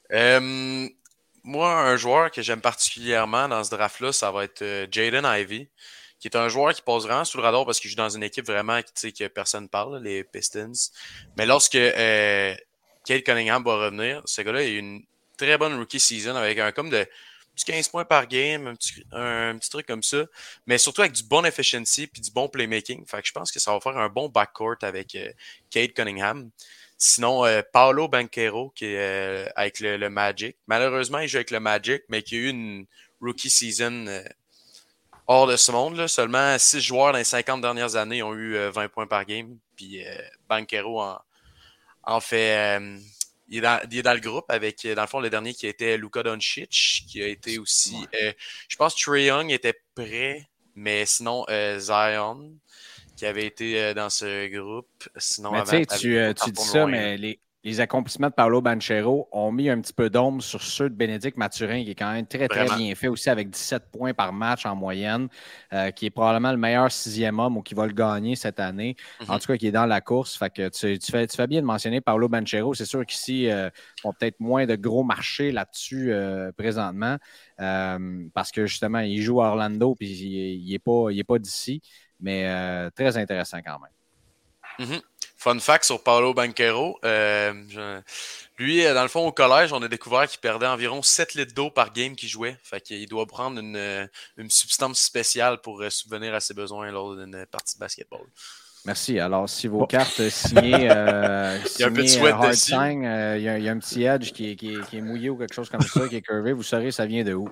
Moi, un joueur que j'aime particulièrement dans ce draft-là, ça va être Jaden Ivey, qui est un joueur qui passe vraiment sous le radar parce qu'il joue dans une équipe vraiment que personne ne parle, les Pistons. Mais lorsque Cade Cunningham va revenir, ce gars-là, il a eu une très bonne rookie season avec un comme de 15 points par game, un petit truc comme ça, mais surtout avec du bon efficiency puis du bon playmaking. Fait que je pense que ça va faire un bon backcourt avec Cade Cunningham. Sinon, Paolo Banchero, qui est avec le Magic. Malheureusement, il joue avec le Magic, mais qui a eu une rookie season hors de ce monde. Là. Seulement 6 joueurs dans les 50 dernières années ont eu 20 points par game. Puis Banchero en fait... il est dans le groupe avec, dans le fond, le dernier qui était Luka Doncic, qui a été aussi... je pense que Trae Young était prêt, mais sinon, Zion... qui avait été dans ce groupe. Sinon, mais tu dis ça, mais les accomplissements de Paolo Banchero ont mis un petit peu d'ombre sur ceux de Bénédicte Mathurin, qui est quand même très, très bien fait aussi avec 17 points par match en moyenne, qui est probablement le meilleur 6e homme ou qui va le gagner cette année. En tout cas, qui est dans la course. Fait que tu fais bien de mentionner Paolo Banchero. C'est sûr qu'ici, on a peut-être moins de gros marchés là-dessus présentement parce que justement, il joue à Orlando puis il n'est pas d'ici. Mais très intéressant quand même. Mm-hmm. Fun fact sur Paolo Banchero. Lui, dans le fond, au collège, on a découvert qu'il perdait environ 7 litres d'eau par game qu'il jouait. Fait qu'il doit prendre une substance spéciale pour subvenir à ses besoins lors d'une partie de basketball. Merci. Alors, si vos cartes signées, il y a un petit sweat dessus. Il y a un petit edge qui est mouillé ou quelque chose comme ça, qui est curvé, vous saurez ça vient de où.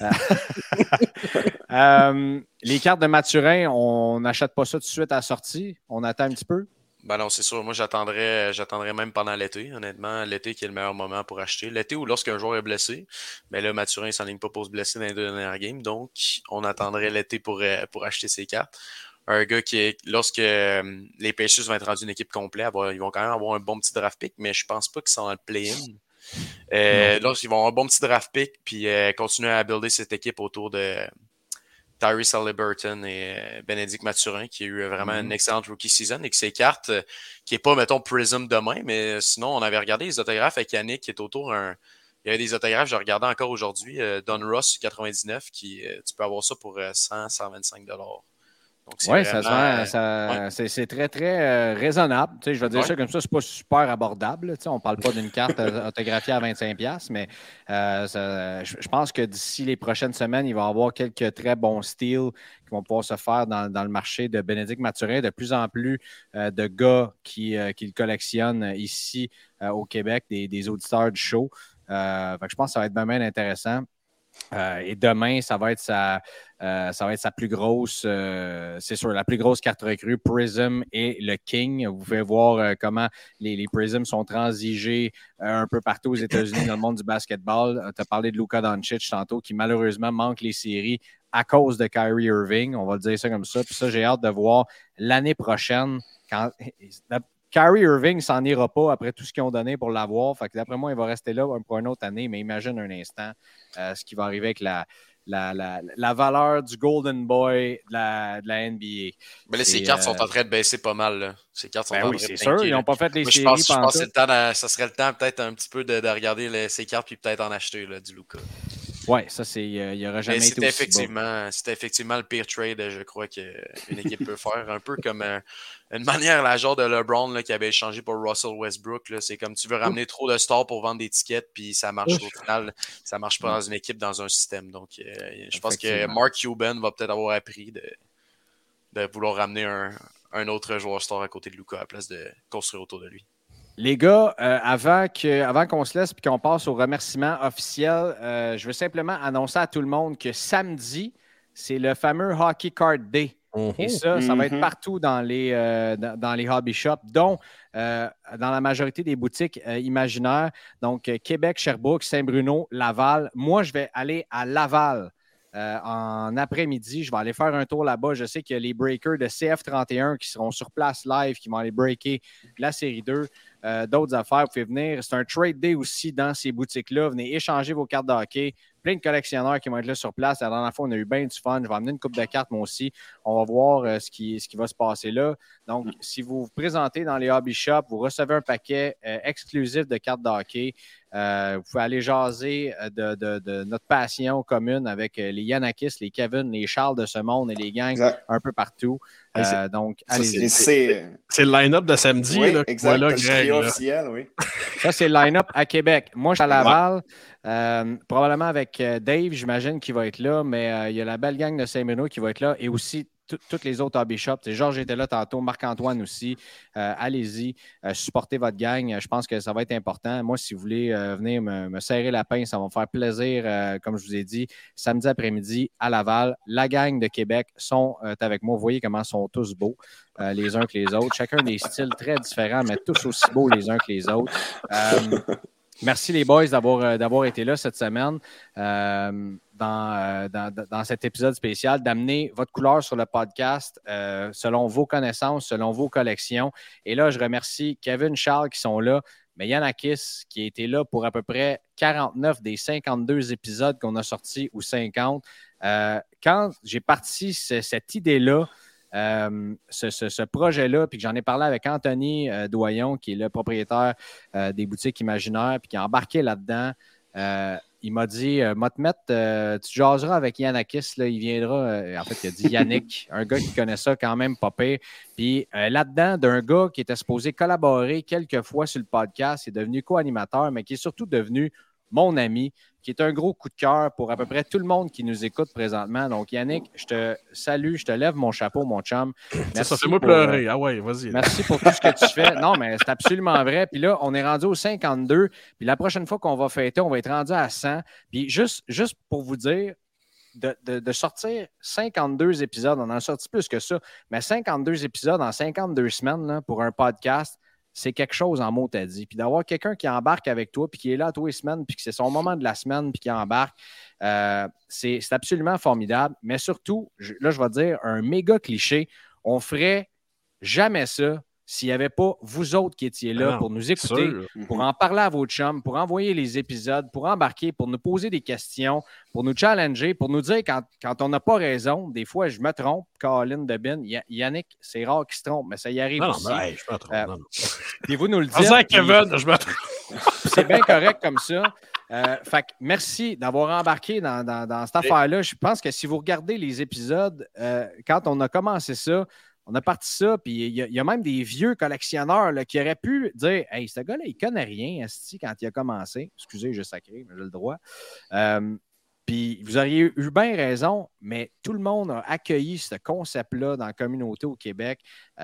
Les cartes de Mathurin, on n'achète pas ça tout de suite à la sortie. On attend un petit peu. Ben non, c'est sûr. Moi, j'attendrais même pendant l'été, honnêtement. L'été qui est le meilleur moment pour acheter. L'été ou lorsqu'un joueur est blessé. Mais là, Mathurin ne s'enligne pas pour se blesser dans les 2 dernières games. Donc, on attendrait l'été pour acheter ses cartes. Un gars lorsque les Pacers vont être rendus une équipe complète, ils vont quand même avoir un bon petit draft pick, mais je pense pas qu'ils sont dans le play-in. Lorsqu'ils vont avoir un bon petit draft pick, puis continuer à builder cette équipe autour de Tyrese Haliburton et Bénédicte Mathurin, qui a eu vraiment une excellente rookie season, et que ses cartes, qui n'est pas, mettons, Prism demain, mais sinon, on avait regardé les autographes avec Yannick, qui est autour il y avait des autographes, je regardais encore aujourd'hui, Don Ross 99, tu peux avoir ça pour 100-125$. Oui, c'est très, très raisonnable. Je vais dire ça comme ça, c'est pas super abordable. On ne parle pas d'une carte autographiée à 25$, mais je pense que d'ici les prochaines semaines, il va y avoir quelques très bons styles qui vont pouvoir se faire dans le marché de Bénédicte Mathurin. De plus en plus de gars qui le collectionnent ici au Québec, des auditeurs du show. Je pense que ça va être bien intéressant. Et demain, ça va être sa plus grosse, c'est sûr, la plus grosse carte recrue, Prism et le King. Vous pouvez voir comment les Prism sont transigés un peu partout aux États-Unis dans le monde du basketball. Tu as parlé de Luka Doncic tantôt, qui malheureusement manque les séries à cause de Kyrie Irving. On va le dire ça comme ça. Puis ça, j'ai hâte de voir l'année prochaine quand... Kyrie Irving s'en ira pas après tout ce qu'ils ont donné pour l'avoir. Fait que d'après moi, il va rester là pour une autre année. Mais imagine un instant ce qui va arriver avec la valeur du Golden Boy de la NBA. Mais là, ces cartes sont en train de baisser pas mal. Là. Ces cartes sont en train de c'est sûr. Ils n'ont pas fait les séries. Je pense que ça serait le temps peut-être un petit peu de regarder ces cartes puis peut-être en acheter là, du Luka. Oui, ça, il n'y aura jamais été aussi C'était effectivement le pire trade, je crois, qu'une équipe peut faire. Un peu comme une manière, la genre de LeBron là, qui avait échangé pour Russell Westbrook. Là. C'est comme tu veux ramener trop de stars pour vendre des tickets, puis ça marche au final. Ça ne marche pas dans une équipe, dans un système. Donc, je pense que Mark Cuban va peut-être avoir appris de vouloir ramener un autre joueur star à côté de Luka à la place de construire autour de lui. Les gars, avant qu'on se laisse et qu'on passe au remerciement officiel, je veux simplement annoncer à tout le monde que samedi, c'est le fameux Hockey Card Day. Et ça va être partout dans les hobby shops, dont dans la majorité des boutiques imaginaires. Donc, Québec, Sherbrooke, Saint-Bruno, Laval. Moi, je vais aller à Laval. En après-midi, je vais aller faire un tour là-bas. Je sais qu'il y a les breakers de CF31 qui seront sur place live, qui vont aller breaker la série 2. D'autres affaires, vous pouvez venir. C'est un trade day aussi dans ces boutiques-là. Venez échanger vos cartes de hockey. Plein de collectionneurs qui vont être là sur place. La dernière fois, on a eu bien du fun. Je vais amener une coupe de cartes, moi aussi. On va voir ce qui va se passer là. Donc, si vous vous présentez dans les hobby shops, vous recevez un paquet exclusif de cartes de hockey. Vous pouvez aller jaser de notre passion commune avec les Yanakis, les Kevin, les Charles de ce monde et les gangs un peu partout. Donc, allez-y. C'est le line-up de samedi. Oui, là, exact. voilà, Le Greg, trio officiel, oui. Ça, c'est le line-up à Québec. Moi, je suis à Laval. Probablement avec Dave, j'imagine qu'il va être là, mais il y a la belle gang de Saint-Bruno qui va être là et aussi toutes les autres hobby shops. Georges était là tantôt, Marc-Antoine aussi. Allez-y, supportez votre gang. Je pense que ça va être important. Moi, si vous voulez venir me serrer la pince, ça va me faire plaisir. Comme je vous ai dit, samedi après-midi à Laval, la gang de Québec sont avec moi. Vous voyez comment ils sont tous beaux, les uns que les autres. Chacun des styles très différents, mais tous aussi beaux les uns que les autres. Merci les boys d'avoir été là cette semaine dans cet épisode spécial, d'amener votre couleur sur le podcast selon vos connaissances, selon vos collections. Et là, je remercie Kevin, Charles qui sont là, mais Yanakis qui a été là pour à peu près 49 des 52 épisodes qu'on a sortis ou 50. Quand j'ai parti cette idée-là, ce projet-là, puis que j'en ai parlé avec Anthony Doyon, qui est le propriétaire des boutiques imaginaires, puis qui a embarqué là-dedans. Il m'a dit, m'a te mettre, tu jaseras avec Yanakis, là, il viendra, en fait, il a dit Yannick, un gars qui connaît ça quand même pas pire. Puis là-dedans, d'un gars qui était supposé collaborer quelques fois sur le podcast, est devenu co-animateur, mais qui est surtout devenu mon ami, qui est un gros coup de cœur pour à peu près tout le monde qui nous écoute présentement. Donc, Yannick, je te salue, je te lève mon chapeau, mon chum. Ça fait moi pleurer. Ah ouais, vas-y. Merci pour tout ce que tu fais. Non, mais c'est absolument vrai. Puis là, on est rendu au 52. Puis la prochaine fois qu'on va fêter, on va être rendu à 100. Puis juste pour vous dire, de sortir 52 épisodes, on en a sorti plus que ça, mais 52 épisodes en 52 semaines là, pour un podcast, c'est quelque chose en mots t'as dit. Puis d'avoir quelqu'un qui embarque avec toi, puis qui est là tous les semaines, puis que c'est son moment de la semaine, puis qui embarque, c'est absolument formidable. Mais surtout, là, je vais te dire un méga cliché. On ferait jamais ça s'il n'y avait pas vous autres qui étiez là pour nous écouter, pour en parler à vos chums, pour envoyer les épisodes, pour embarquer, pour nous poser des questions, pour nous challenger, pour nous dire quand on n'a pas raison. Des fois, je me trompe, Colin Debin. Yannick, c'est rare qu'il se trompe, mais ça y arrive aussi. Non, je me trompe. Puis vous nous le dites. Kevin, je me trompe. C'est bien correct comme ça. Fait que merci d'avoir embarqué dans cette affaire-là. Je pense que si vous regardez les épisodes, quand on a commencé ça, on a parti ça, puis il y a même des vieux collectionneurs là, qui auraient pu dire « Hey, ce gars-là, il connaît rien, asti, quand il a commencé. » Excusez, je sacré, mais j'ai le droit. Puis vous auriez eu bien raison, mais tout le monde a accueilli ce concept-là dans la communauté au Québec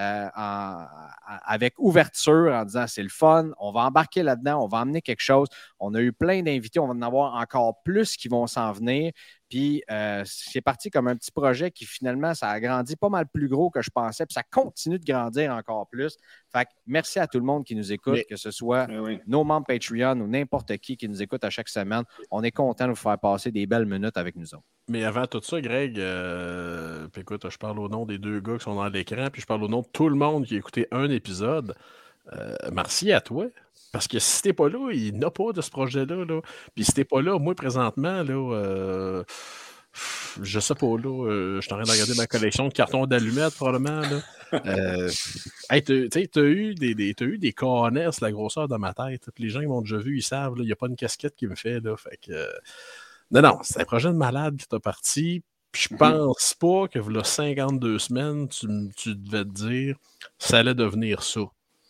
avec ouverture en disant c'est le fun, on va embarquer là-dedans, on va emmener quelque chose. On a eu plein d'invités, on va en avoir encore plus qui vont s'en venir. Puis c'est parti comme un petit projet qui finalement, ça a grandi pas mal plus gros que je pensais, puis ça continue de grandir encore plus. Fait que merci à tout le monde qui nous écoute, que ce soit nos membres Patreon ou n'importe qui nous écoute à chaque semaine. On est content de vous faire passer des belles minutes avec nous autres. Mais avant tout ça, Greg, puis écoute, je parle au nom des deux gars qui sont dans l'écran, puis je parle au nom de tout le monde qui a écouté un épisode. Merci à toi. Parce que si t'es pas là, il n'y a pas de ce projet-là. Là. Puis si t'es pas là, moi, présentement, là, je sais pas, là, je suis en train de regarder ma collection de cartons d'allumettes, probablement. Là. Hey, t'as eu des cornesses, la grosseur de ma tête. Puis les gens qui m'ont déjà vu, ils savent, il n'y a pas une casquette qui me fait. Là, fait que, non, c'est un projet de malade qui t'a parti. Puis je pense pas que, là, 52 semaines, tu devais te dire ça allait devenir ça.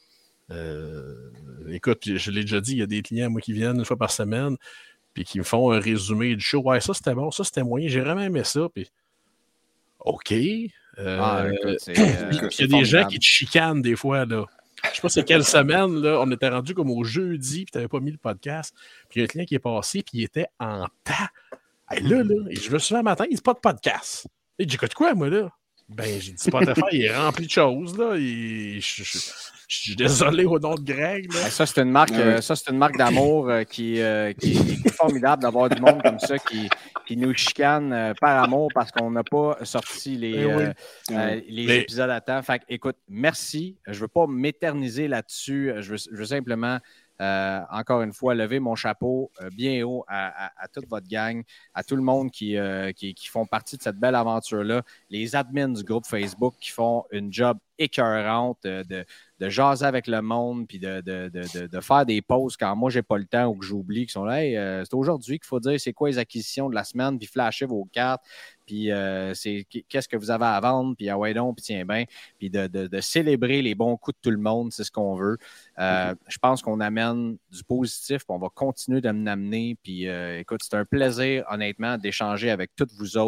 Écoute, je l'ai déjà dit, il y a des clients, moi, qui viennent une fois par semaine puis qui me font un résumé du show. Ouais, ça c'était bon, ça c'était moyen, j'ai vraiment aimé ça. Puis, OK. Écoute, il y a des gens qui te chicanent des fois. Là. Je sais pas c'est quelle semaine, là, on était rendu comme au jeudi, puis tu n'avais pas mis le podcast. Puis il y a un client qui est passé, puis il était en tas. Hey, là, et je me souviens un matin, il dit pas de podcast. Et j'écoute quoi, moi, là? Ben, j'ai dit Spotify, il est rempli de choses, là. Je suis désolé au nom de Greg. Là. Ça, c'est une marque d'amour qui est formidable d'avoir du monde comme ça qui nous chicane par amour parce qu'on n'a pas sorti les épisodes à temps. Fait que, écoute, merci. Je ne veux pas m'éterniser là-dessus. Je veux simplement, encore une fois, lever mon chapeau bien haut à toute votre gang, à tout le monde qui font partie de cette belle aventure-là. Les admins du groupe Facebook qui font une job écœurante de jaser avec le monde puis de faire des pauses quand moi j'ai pas le temps ou que j'oublie, qui sont là, hey, c'est aujourd'hui qu'il faut dire c'est quoi les acquisitions de la semaine, puis flasher vos cartes, puis c'est qu'est-ce que vous avez à vendre, puis ah ouais donc, puis tiens bien, puis de célébrer les bons coups de tout le monde, c'est ce qu'on veut. Je pense qu'on amène du positif, puis on va continuer de l'amener, puis écoute, c'est un plaisir honnêtement d'échanger avec toutes vous autres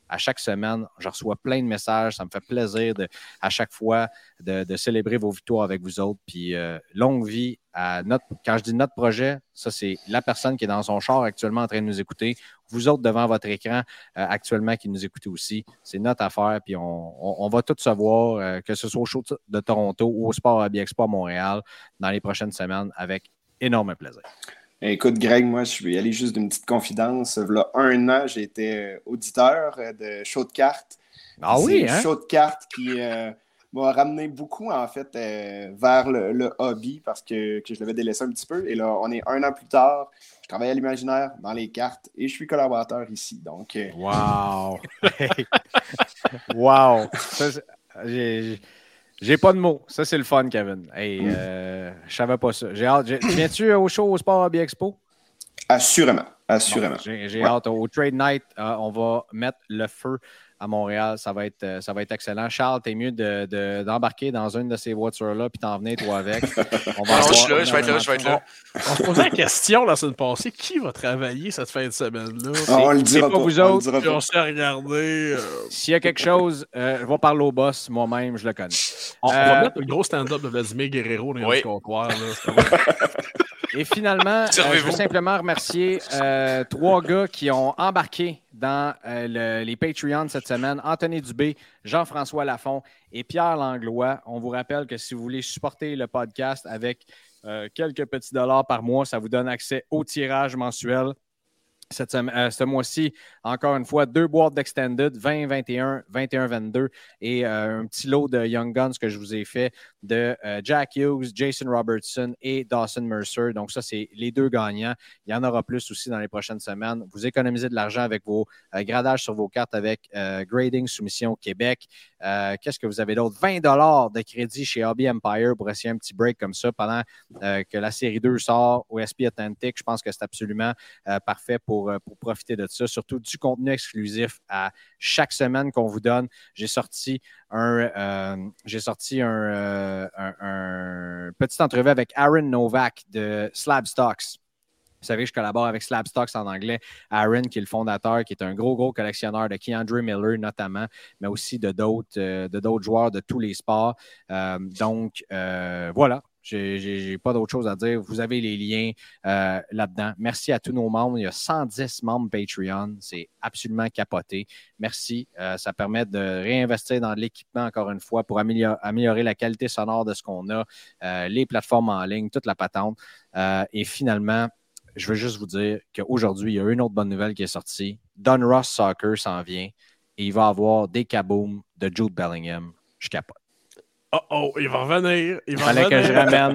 à chaque semaine. Je reçois plein de messages. Ça me fait plaisir à chaque fois de célébrer vos victoires avec vous autres. Puis longue vie à quand je dis notre projet, ça, c'est la personne qui est dans son char actuellement en train de nous écouter. Vous autres devant votre écran actuellement qui nous écoutez aussi. C'est notre affaire. Puis on va tous se voir, que ce soit au show de Toronto ou au Sport Hobby Expo à Montréal dans les prochaines semaines avec énorme plaisir. Écoute, Greg, moi, je vais y aller juste d'une petite confidence. Il y a 1 an, j'étais auditeur de show de cartes. Ah oui, hein? Show de cartes qui m'a ramené beaucoup, en fait, vers le hobby parce que je l'avais délaissé un petit peu. Et là, on est 1 an plus tard. Je travaille à l'Imaginaire dans les cartes et je suis collaborateur ici. Donc, Wow! Wow! Ça, j'ai pas de mots. Ça, c'est le fun, Kevin. Hey, je savais pas ça. J'ai hâte. Viens-tu au show au Sport Hobby Expo? Assurément. Bon, j'ai hâte. Au Trade Night, on va mettre le feu à Montréal. Ça va être excellent. Charles, t'es mieux d'embarquer dans une de ces voitures-là puis t'en venir, toi, avec. Je vais être là. On se posait la question la semaine passée, qui va travailler cette fin de semaine-là? On le dira pas. Vous autres. On s'est regardé. S'il y a quelque chose, je vais parler au boss. Moi-même, je le connais. On va mettre le gros stand-up de Vladimir Guerrero dans le comptoir. Et finalement, je veux simplement remercier 3 gars qui ont embarqué dans les Patreons cette semaine. Anthony Dubé, Jean-François Lafont et Pierre Langlois. On vous rappelle que si vous voulez supporter le podcast avec quelques petits dollars par mois, ça vous donne accès au tirage mensuel. Ce mois-ci, encore une fois, 2 boîtes d'Extended, 20-21, 21-22 et un petit lot de Young Guns que je vous ai fait de Jack Hughes, Jason Robertson et Dawson Mercer. Donc ça, c'est les 2 gagnants. Il y en aura plus aussi dans les prochaines semaines. Vous économisez de l'argent avec vos gradages sur vos cartes avec Grading Soumission Québec. Qu'est-ce que vous avez d'autre? 20 $ de crédit chez Hobby Empire pour essayer un petit break comme ça pendant que la série 2 sort au SP Authentic. Je pense que c'est absolument parfait pour profiter de ça, surtout du contenu exclusif à chaque semaine qu'on vous donne. J'ai sorti un petit entrevue avec Aaron Novak de Slab Stocks. Vous savez, je collabore avec Slab Stocks en anglais. Aaron, qui est le fondateur, qui est un gros collectionneur de Keandre Miller notamment, mais aussi de d'autres joueurs de tous les sports. Donc, voilà. J'ai pas d'autre chose à dire. Vous avez les liens là-dedans. Merci à tous nos membres. Il y a 110 membres Patreon. C'est absolument capoté. Merci. Ça permet de réinvestir dans l'équipement, encore une fois, pour améliorer la qualité sonore de ce qu'on a, les plateformes en ligne, toute la patente. Et finalement, je veux juste vous dire qu'aujourd'hui, il y a une autre bonne nouvelle qui est sortie. Donruss Soccer s'en vient et il va avoir des kaboom de Jude Bellingham. Je capote. Il va revenir. Fallait que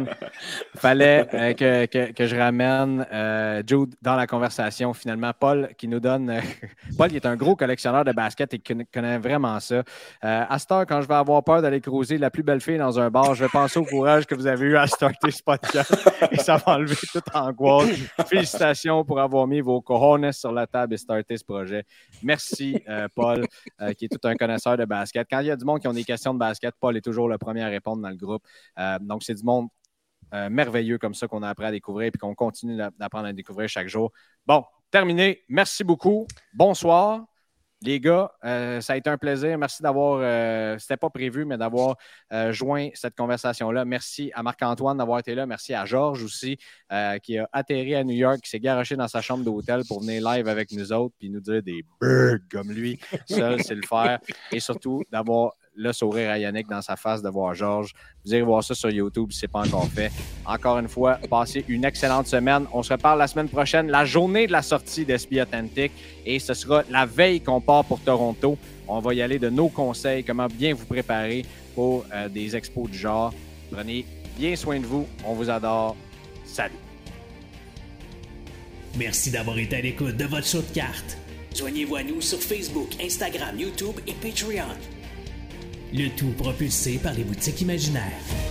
je ramène Jude dans la conversation. Finalement, Paul qui nous donne... Paul qui est un gros collectionneur de basket et qui connaît vraiment ça. À cette heure, quand je vais avoir peur d'aller cruiser la plus belle fille dans un bar, je vais penser au courage que vous avez eu à starter ce podcast et ça va enlever toute angoisse. Félicitations pour avoir mis vos cojones sur la table et starter ce projet. Merci, Paul, qui est tout un connaisseur de basket. Quand il y a du monde qui ont des questions de basket, Paul est toujours le premier à répondre dans le groupe. Donc, c'est du monde merveilleux comme ça qu'on a appris à découvrir et qu'on continue d'apprendre à découvrir chaque jour. Bon, terminé. Merci beaucoup. Bonsoir. Les gars, ça a été un plaisir. Merci d'avoir, c'était pas prévu, mais d'avoir joint cette conversation-là. Merci à Marc-Antoine d'avoir été là. Merci à Georges aussi, qui a atterri à New York, qui s'est garoché dans sa chambre d'hôtel pour venir live avec nous autres puis nous dire des birds comme lui. Seul, c'est le faire. Et surtout, d'avoir le sourire à Yannick dans sa face de voir Georges. Vous irez voir ça sur YouTube si ce n'est pas encore fait. Encore une fois, passez une excellente semaine. On se reparle la semaine prochaine, la journée de la sortie d'SP Authentic. Et ce sera la veille qu'on part pour Toronto. On va y aller de nos conseils, comment bien vous préparer pour des expos du genre. Prenez bien soin de vous. On vous adore. Salut. Merci d'avoir été à l'écoute de votre show de cartes. Joignez-vous à nous sur Facebook, Instagram, YouTube et Patreon. Le tout propulsé par les boutiques imaginaires.